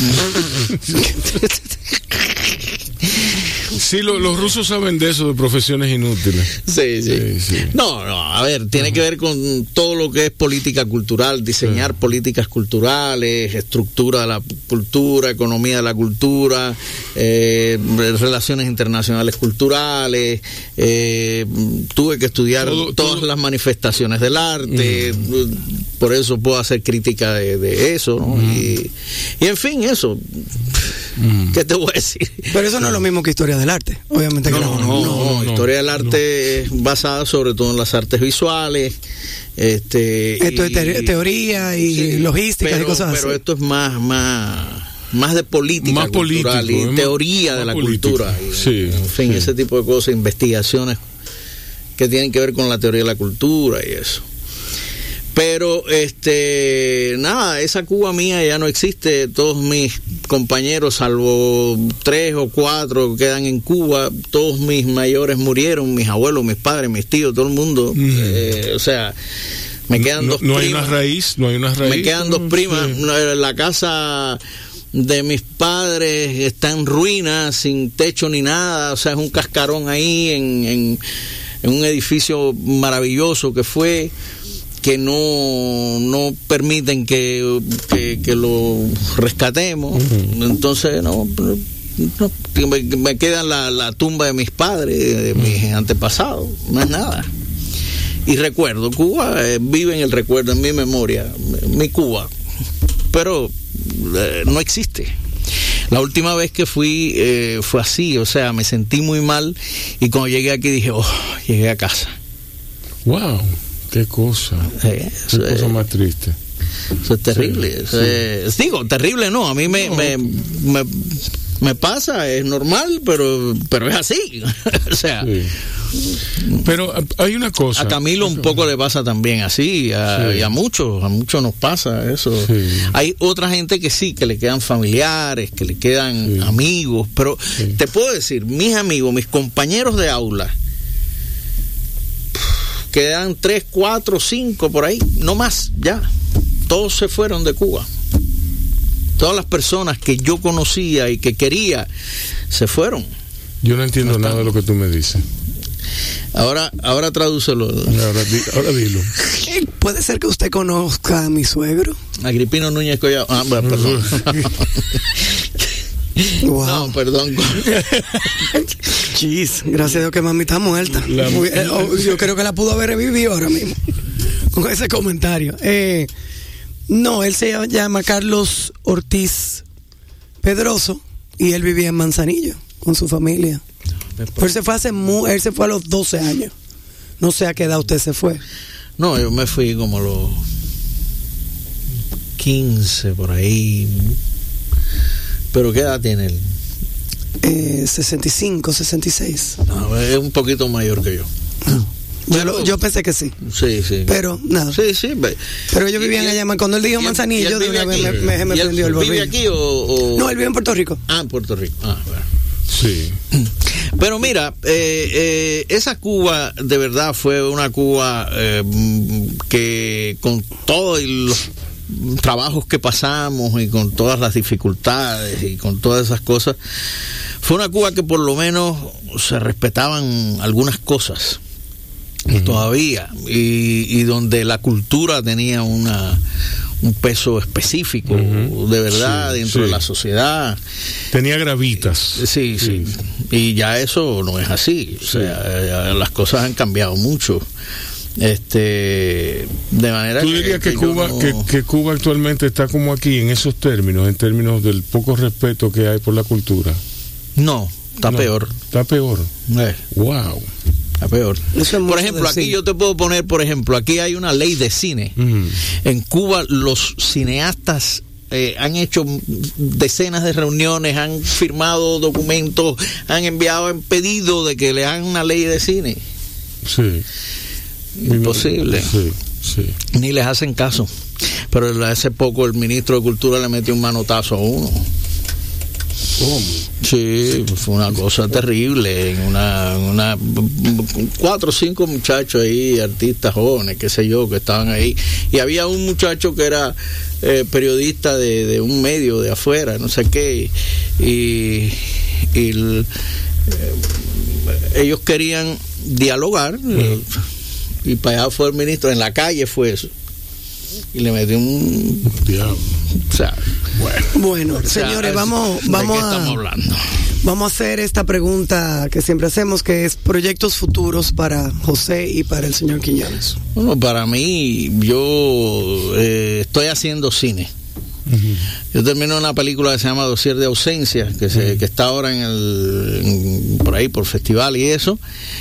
Sí, lo, los rusos saben de eso, de profesiones inútiles. Sí, sí. sí, sí. No, no, a ver, tiene uh-huh. que ver con todo lo que es política cultural, diseñar sí. políticas culturales, estructura de la cultura, economía de la cultura, eh, relaciones internacionales culturales. Eh, tuve que estudiar todo, todas todo. las manifestaciones del arte, uh-huh. por eso puedo hacer crítica de, de eso, ¿no? Uh-huh. y, y en fin, eso. Uh-huh. ¿Qué te voy a decir? Pero eso no es lo mismo que historia del arte, obviamente. No, que no, no, no, no, historia del arte no. es basada sobre todo en las artes visuales. Este, esto y, es te- teoría y sí, logística pero, y cosas pero así. Pero esto es más, más, más de política más cultural político, y teoría más, de la más cultura. Y, sí, en fin, sí. ese tipo de cosas, investigaciones que tienen que ver con la teoría de la cultura y eso. Pero, este, nada, esa Cuba mía ya no existe. Todos mis compañeros, salvo tres o cuatro, quedan en Cuba. Todos mis mayores murieron, mis abuelos, mis padres, mis tíos, todo el mundo. Mm. Eh, o sea, me quedan no, dos no primas. hay una raíz, no hay una raíz. Me quedan dos primas. Sí. La casa de mis padres está en ruinas, sin techo ni nada. O sea, es un cascarón ahí en, en, en un edificio maravilloso que fue, que no, no permiten que, que, que lo rescatemos. Uh-huh. Entonces, no, no me, me queda la, la tumba de mis padres, de uh-huh. mis antepasados, más nada. Y recuerdo, Cuba eh, vive en el recuerdo, en mi memoria, mi Cuba, pero eh, no existe. La última vez que fui eh, fue así, o sea, me sentí muy mal, y cuando llegué aquí dije, oh, llegué a casa. Wow. Qué cosa, eh, qué cosa es, más triste. Eso es terrible. Sí, eso sí. Es, digo, terrible no, a mí me, no. me, me, me pasa, es normal, pero, pero es así. O sea. Sí. Pero hay una cosa. A Camilo un poco le pasa también así, a, sí. y a muchos, a muchos nos pasa eso. Sí. Hay otra gente que sí, que le quedan familiares, que le quedan sí. amigos, pero sí. te puedo decir, mis amigos, mis compañeros de aula, quedan tres, cuatro, cinco por ahí, no más, ya. Todos se fueron de Cuba. Todas las personas que yo conocía y que quería se fueron. Yo no entiendo no nada de lo que tú me dices. Ahora, ahora tradúcelo. Ahora, ahora dilo. ¿Puede ser que usted conozca a mi suegro? Agripino Núñez Collado. Ah, bueno, perdón. Wow. No, perdón. Chis, gracias a Dios que mami está muerta. La... Yo creo que la pudo haber revivido ahora mismo con ese comentario. Eh, no, él se llama Carlos Ortiz Pedroso y él vivía en Manzanillo con su familia. Pero él se fue hace muy, él se fue a los doce años. No sé a qué edad usted se fue. No, yo me fui como a los quince por ahí. ¿Pero qué edad tiene él? Eh, sesenta y cinco, sesenta y seis. No, es un poquito mayor que yo. No. Yo, lo, yo pensé que sí. Sí, sí. Pero nada. Sí, sí. Pero ellos vivían allá. Cuando él dijo Manzanillo, de una vez me, me, me prendió el bolillo. ¿Vive aquí o, o...? No, él vive en Puerto Rico. Ah, en Puerto Rico. Ah, bueno. Sí. Pero mira, eh, eh, esa Cuba de verdad fue una Cuba eh, que con todos los trabajos que pasamos y con todas las dificultades y con todas esas cosas, fue una Cuba que por lo menos se respetaban algunas cosas uh-huh. todavía, y, y donde la cultura tenía una un peso específico uh-huh. de verdad sí, dentro sí. de la sociedad. Tenía gravitas. Sí, sí, sí. Y ya eso no es así. O sea, sí. las cosas han cambiado mucho. Este, de manera ¿Tú dirías que, que, que Cuba no... que, que Cuba actualmente está como aquí en esos términos, en términos del poco respeto que hay por la cultura? No, está no, peor. Está peor. Eh. Wow. Está peor. Por ejemplo, aquí yo te puedo poner, por ejemplo, aquí hay una ley de cine. Mm. En Cuba los cineastas eh, han hecho decenas de reuniones, han firmado documentos, han enviado en pedido de que le hagan una ley de cine. Sí. Imposible. Sí, sí. Ni les hacen caso. Pero hace poco el ministro de Cultura le metió un manotazo a uno. ¿Cómo? Sí, fue una cosa terrible. Una, una cuatro o cinco muchachos ahí, artistas jóvenes, qué sé yo, que estaban ahí. Y había un muchacho que era eh, periodista de, de un medio de afuera, no sé qué. Y, y el, eh, ellos querían dialogar. Eh, y para allá fue el ministro, en la calle fue eso. Y le metió un diablo. O sea, bueno, bueno o sea, señores, vamos, vamos a hablando? Vamos a hacer esta pregunta que siempre hacemos, que es proyectos futuros para José y para el señor Quiñones. Bueno, para mí, yo eh, estoy haciendo cine. Uh-huh. Yo termino una película que se llama Dossier de Ausencia, que se, uh-huh. que está ahora en el en, por ahí por festival y eso.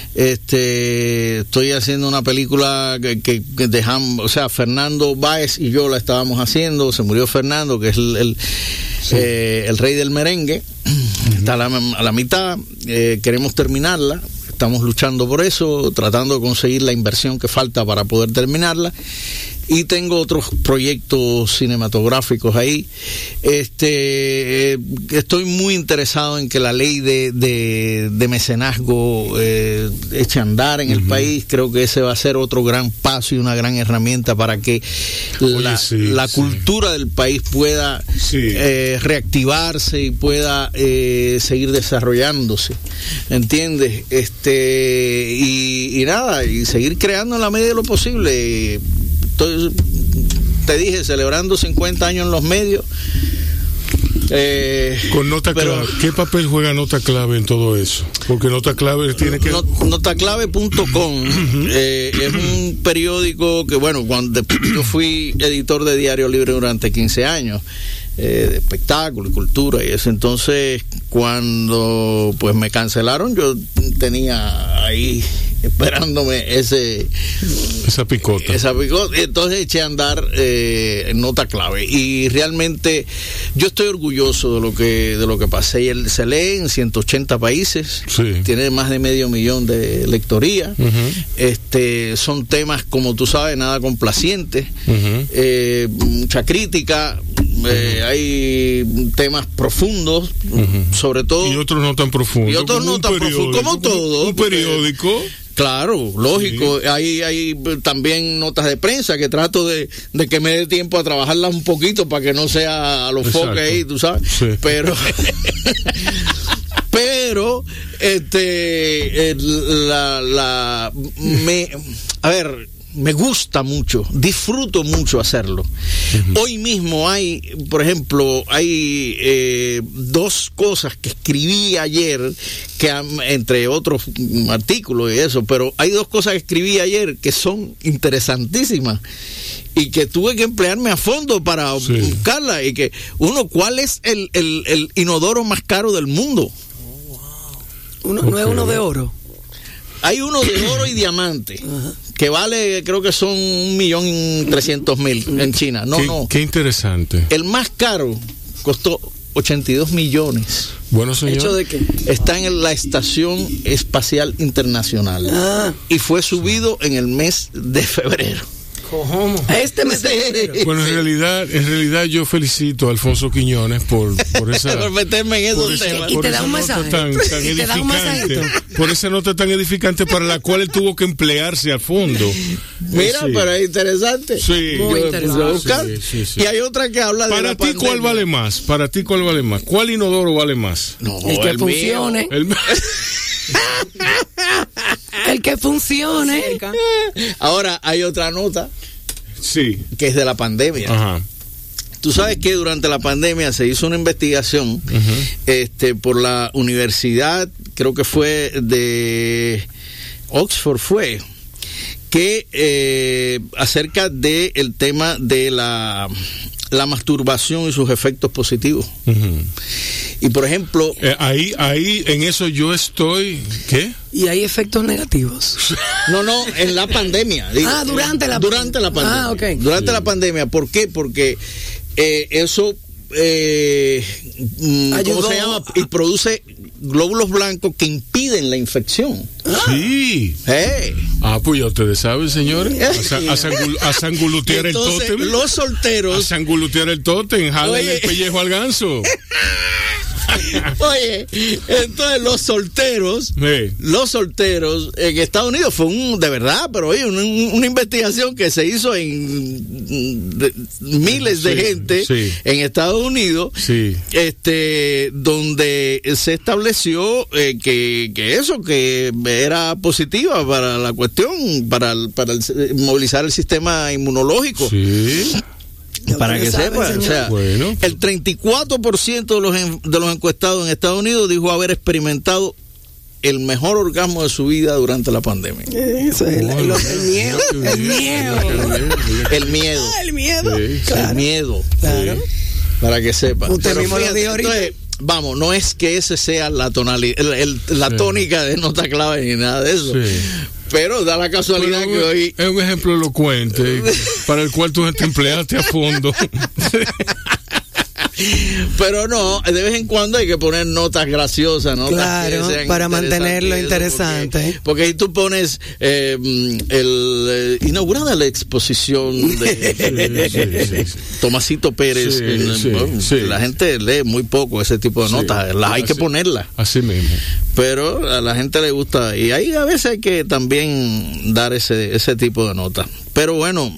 Este, estoy haciendo una película que, que, que dejamos, o sea, Fernando Báez y yo la estábamos haciendo. Se murió Fernando, que es el el, sí. eh, el rey del merengue. Uh-huh. Está a la, a la mitad. Eh, queremos terminarla. Estamos luchando por eso, tratando de conseguir la inversión que falta para poder terminarla. y tengo otros proyectos cinematográficos ahí. Este, eh, estoy muy interesado en que la ley de, de, de mecenazgo eh, eche a andar en uh-huh. el país. Creo que ese va a ser otro gran paso y una gran herramienta para que Oye, la, sí, la sí. cultura del país pueda sí. eh, reactivarse y pueda eh, seguir desarrollándose, ¿entiendes? Este y, y nada, y seguir creando en la medida de lo posible. Estoy, te dije, celebrando cincuenta años en los medios. Eh, Con Nota pero, Clave, ¿qué papel juega Nota Clave en todo eso? Porque Nota Clave tiene que... Not, notaclave punto com uh-huh. eh, es un periódico que, bueno, cuando yo fui editor de Diario Libre durante quince años, eh, de espectáculo y cultura y eso. Entonces, cuando pues me cancelaron, yo tenía ahí esperándome ese esa picota esa picota entonces eché a andar eh, Nota Clave, y realmente yo estoy orgulloso de lo que de lo que pasé. Y él se lee en ciento ochenta países, sí. tiene más de medio millón de lectoría. Uh-huh. Este son temas, como tú sabes, nada complacientes, uh-huh. eh, mucha crítica, eh, uh-huh. hay temas profundos, uh-huh. sobre todo, y otros no tan profundos, y otros no tan profundos, como todo, un periódico. Claro, lógico. Sí. Hay, hay también notas de prensa que trato de, de que me dé tiempo a trabajarlas un poquito para que no sea a los foques ahí, tú sabes. Sí. Pero, pero, este, la, la, me, a ver, me gusta mucho, disfruto mucho hacerlo. Uh-huh. Hoy mismo hay, por ejemplo, hay eh, dos cosas que escribí ayer, que entre otros artículos y eso, pero hay dos cosas que escribí ayer que son interesantísimas y que tuve que emplearme a fondo para sí. buscarla. Y que uno, ¿cuál es el, el, el inodoro más caro del mundo? Oh, wow. Uno, okay. ¿No es uno de oro? Hay uno de oro y diamante, uh-huh. que vale, creo que son un millón trescientos mil en China. No, qué, no. Qué interesante. El más caro costó ochenta y dos millones. Bueno, señor. ¿Hecho de qué? Está en la Estación Espacial Internacional. Ah. Y fue subido en el mes de febrero. ¿Cómo? Este mes de febrero. Bueno, en realidad, en realidad yo felicito a Alfonso Quiñones por, por esa por meterme en esos temas. Y te da un mensaje. Tan, tan y te da un edificante, por esa nota tan edificante para la cual él tuvo que emplearse a fondo. Mira, sí. pero es interesante. Sí. Muy interesante. Sí, sí, sí. Y hay otra que habla de para la ti pandemia. ¿Cuál vale más? Para ti ¿cuál vale más? ¿Cuál inodoro vale más? No, el que el funcione. Mío. El... el que funcione. Ahora hay otra nota. Sí. Que es de la pandemia. Ajá. Tú sabes que durante la pandemia se hizo una investigación uh-huh. este, por la universidad, creo que fue de Oxford, fue, que eh, acerca del el tema de la, la masturbación y sus efectos positivos. Uh-huh. Y por ejemplo... Eh, ahí, ahí, en eso yo estoy... ¿Qué? Y hay efectos negativos. No, no, en la pandemia. Digo, ah, durante la Durante la pandemia. Ah, ok. Durante sí. la pandemia. ¿Por qué? Porque eh, eso... Eh, ¿Cómo se llama? Y produce glóbulos blancos que impiden la infección. Sí. Hey. Ah, pues ya ustedes saben, señores. A, san, a, sangul, a sangulutear Entonces, el tótem. Los solteros. A sangulutear el tótem, jale el pellejo al ganso. Oye, entonces los solteros, sí. los solteros en Estados Unidos fue un, de verdad, pero oye, una, una investigación que se hizo en de, miles de sí, gente sí. en Estados Unidos, sí. este, donde se estableció eh, que, que eso, que era positiva para la cuestión, para, para el, movilizar el sistema inmunológico. Sí. Para que sepan, o sea, bueno. el treinta y cuatro por ciento de los, en, de los encuestados en Estados Unidos dijo haber experimentado el mejor orgasmo de su vida durante la pandemia. Eso es el, el, el miedo. El miedo. El miedo. Ah, el miedo. Sí, claro. El miedo. Claro. Sí. Para que sepan. Usted Pero mismo fíjate, lo dijo ahorita. Entonces, vamos, no es que ese sea la tonalidad, el, el, la sí. tónica de Nota Clave ni nada de eso. Sí. Pero da la casualidad Pero, que hoy... Es un ejemplo elocuente para el cual tú te empleaste a fondo. Pero no, de vez en cuando hay que poner notas graciosas, notas claro, que sean para mantenerlo interesante. Porque, porque ahí tú pones eh, el eh, inaugurada la exposición de sí, sí, sí. Tomasito Pérez. Sí, en, sí, bueno, sí. La gente lee muy poco ese tipo de sí, notas, las hay así, que ponerlas. Así mismo. Pero a la gente le gusta, y ahí a veces hay que también dar ese, ese tipo de notas. Pero bueno,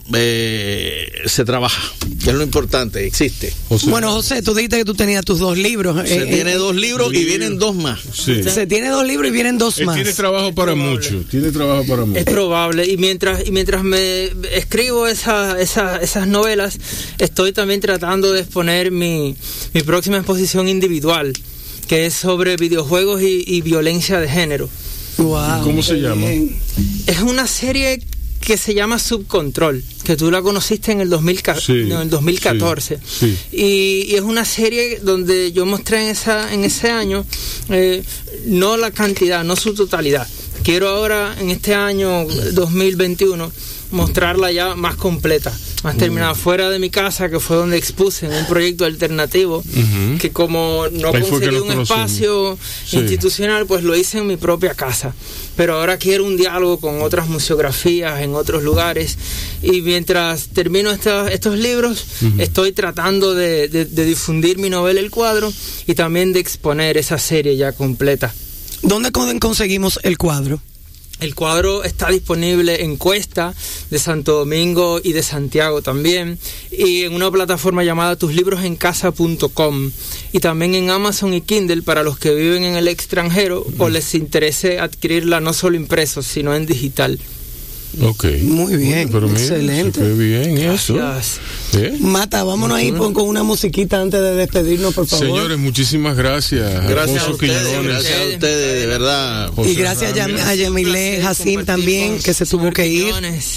eh, se trabaja, que es lo importante, existe. José. Bueno, José, tú dijiste que tú tenías tus dos libros. Se eh, tiene eh, dos libros y libro. vienen dos más. Sí. Se tiene dos libros y vienen dos Él más. tiene trabajo para mucho, tiene trabajo para mucho. Es probable, y mientras y mientras me escribo esa, esa, esas novelas, estoy también tratando de exponer mi, mi próxima exposición individual, que es sobre videojuegos y, y violencia de género. Wow, ¿Cómo se llama? bien. Es una serie que se llama Subcontrol, que tú la conociste en el, dos mil, Sí, no, en el dos mil catorce. sí, sí. Y, y es una serie donde yo mostré en, esa, en ese año eh, no la cantidad, no su totalidad. Quiero ahora, en este año dos mil veintiuno, mostrarla ya más completa, más Mm. terminada, fuera de mi casa, que fue donde expuse en un proyecto alternativo, Ujú. que como no Ahí fue que conseguí nos un conocimos. espacio Sí. institucional, pues lo hice en mi propia casa. Pero ahora quiero un diálogo con otras museografías en otros lugares, y mientras termino esta, estos libros, Ujú. estoy tratando de, de, de difundir mi novela El Cuadro, y también de exponer esa serie ya completa. ¿Dónde con- conseguimos el cuadro? El cuadro está disponible en Cuesta, de Santo Domingo y de Santiago también, y en una plataforma llamada tus libros en casa punto com, y también en Amazon y Kindle para los que viven en el extranjero o les interese adquirirla no solo impreso, sino en digital. Ok. Muy bien, Bueno, pero mira, excelente. se fue bien eso. Gracias. ¿Eh? Mata, vámonos ahí pon con una musiquita antes de despedirnos, por favor. Señores, muchísimas gracias. Gracias a Alfonso ustedes, Quiñones. gracias a ustedes, de verdad. José Y gracias a, Yam- Ramírez. a Yamile Jacim también, que se tuvo que ir.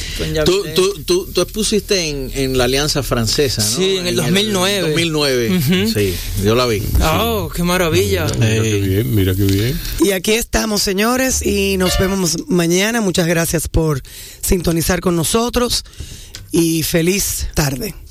Tú, tú, tú, tú expusiste en, en la Alianza Francesa, ¿no? Sí, en el dos mil nueve. dos mil nueve, Ujú. sí, yo la vi. Oh, qué maravilla. Mira qué bien, mira qué bien. Y aquí estamos, señores, y nos vemos mañana. Muchas gracias por sintonizar con nosotros y feliz tarde.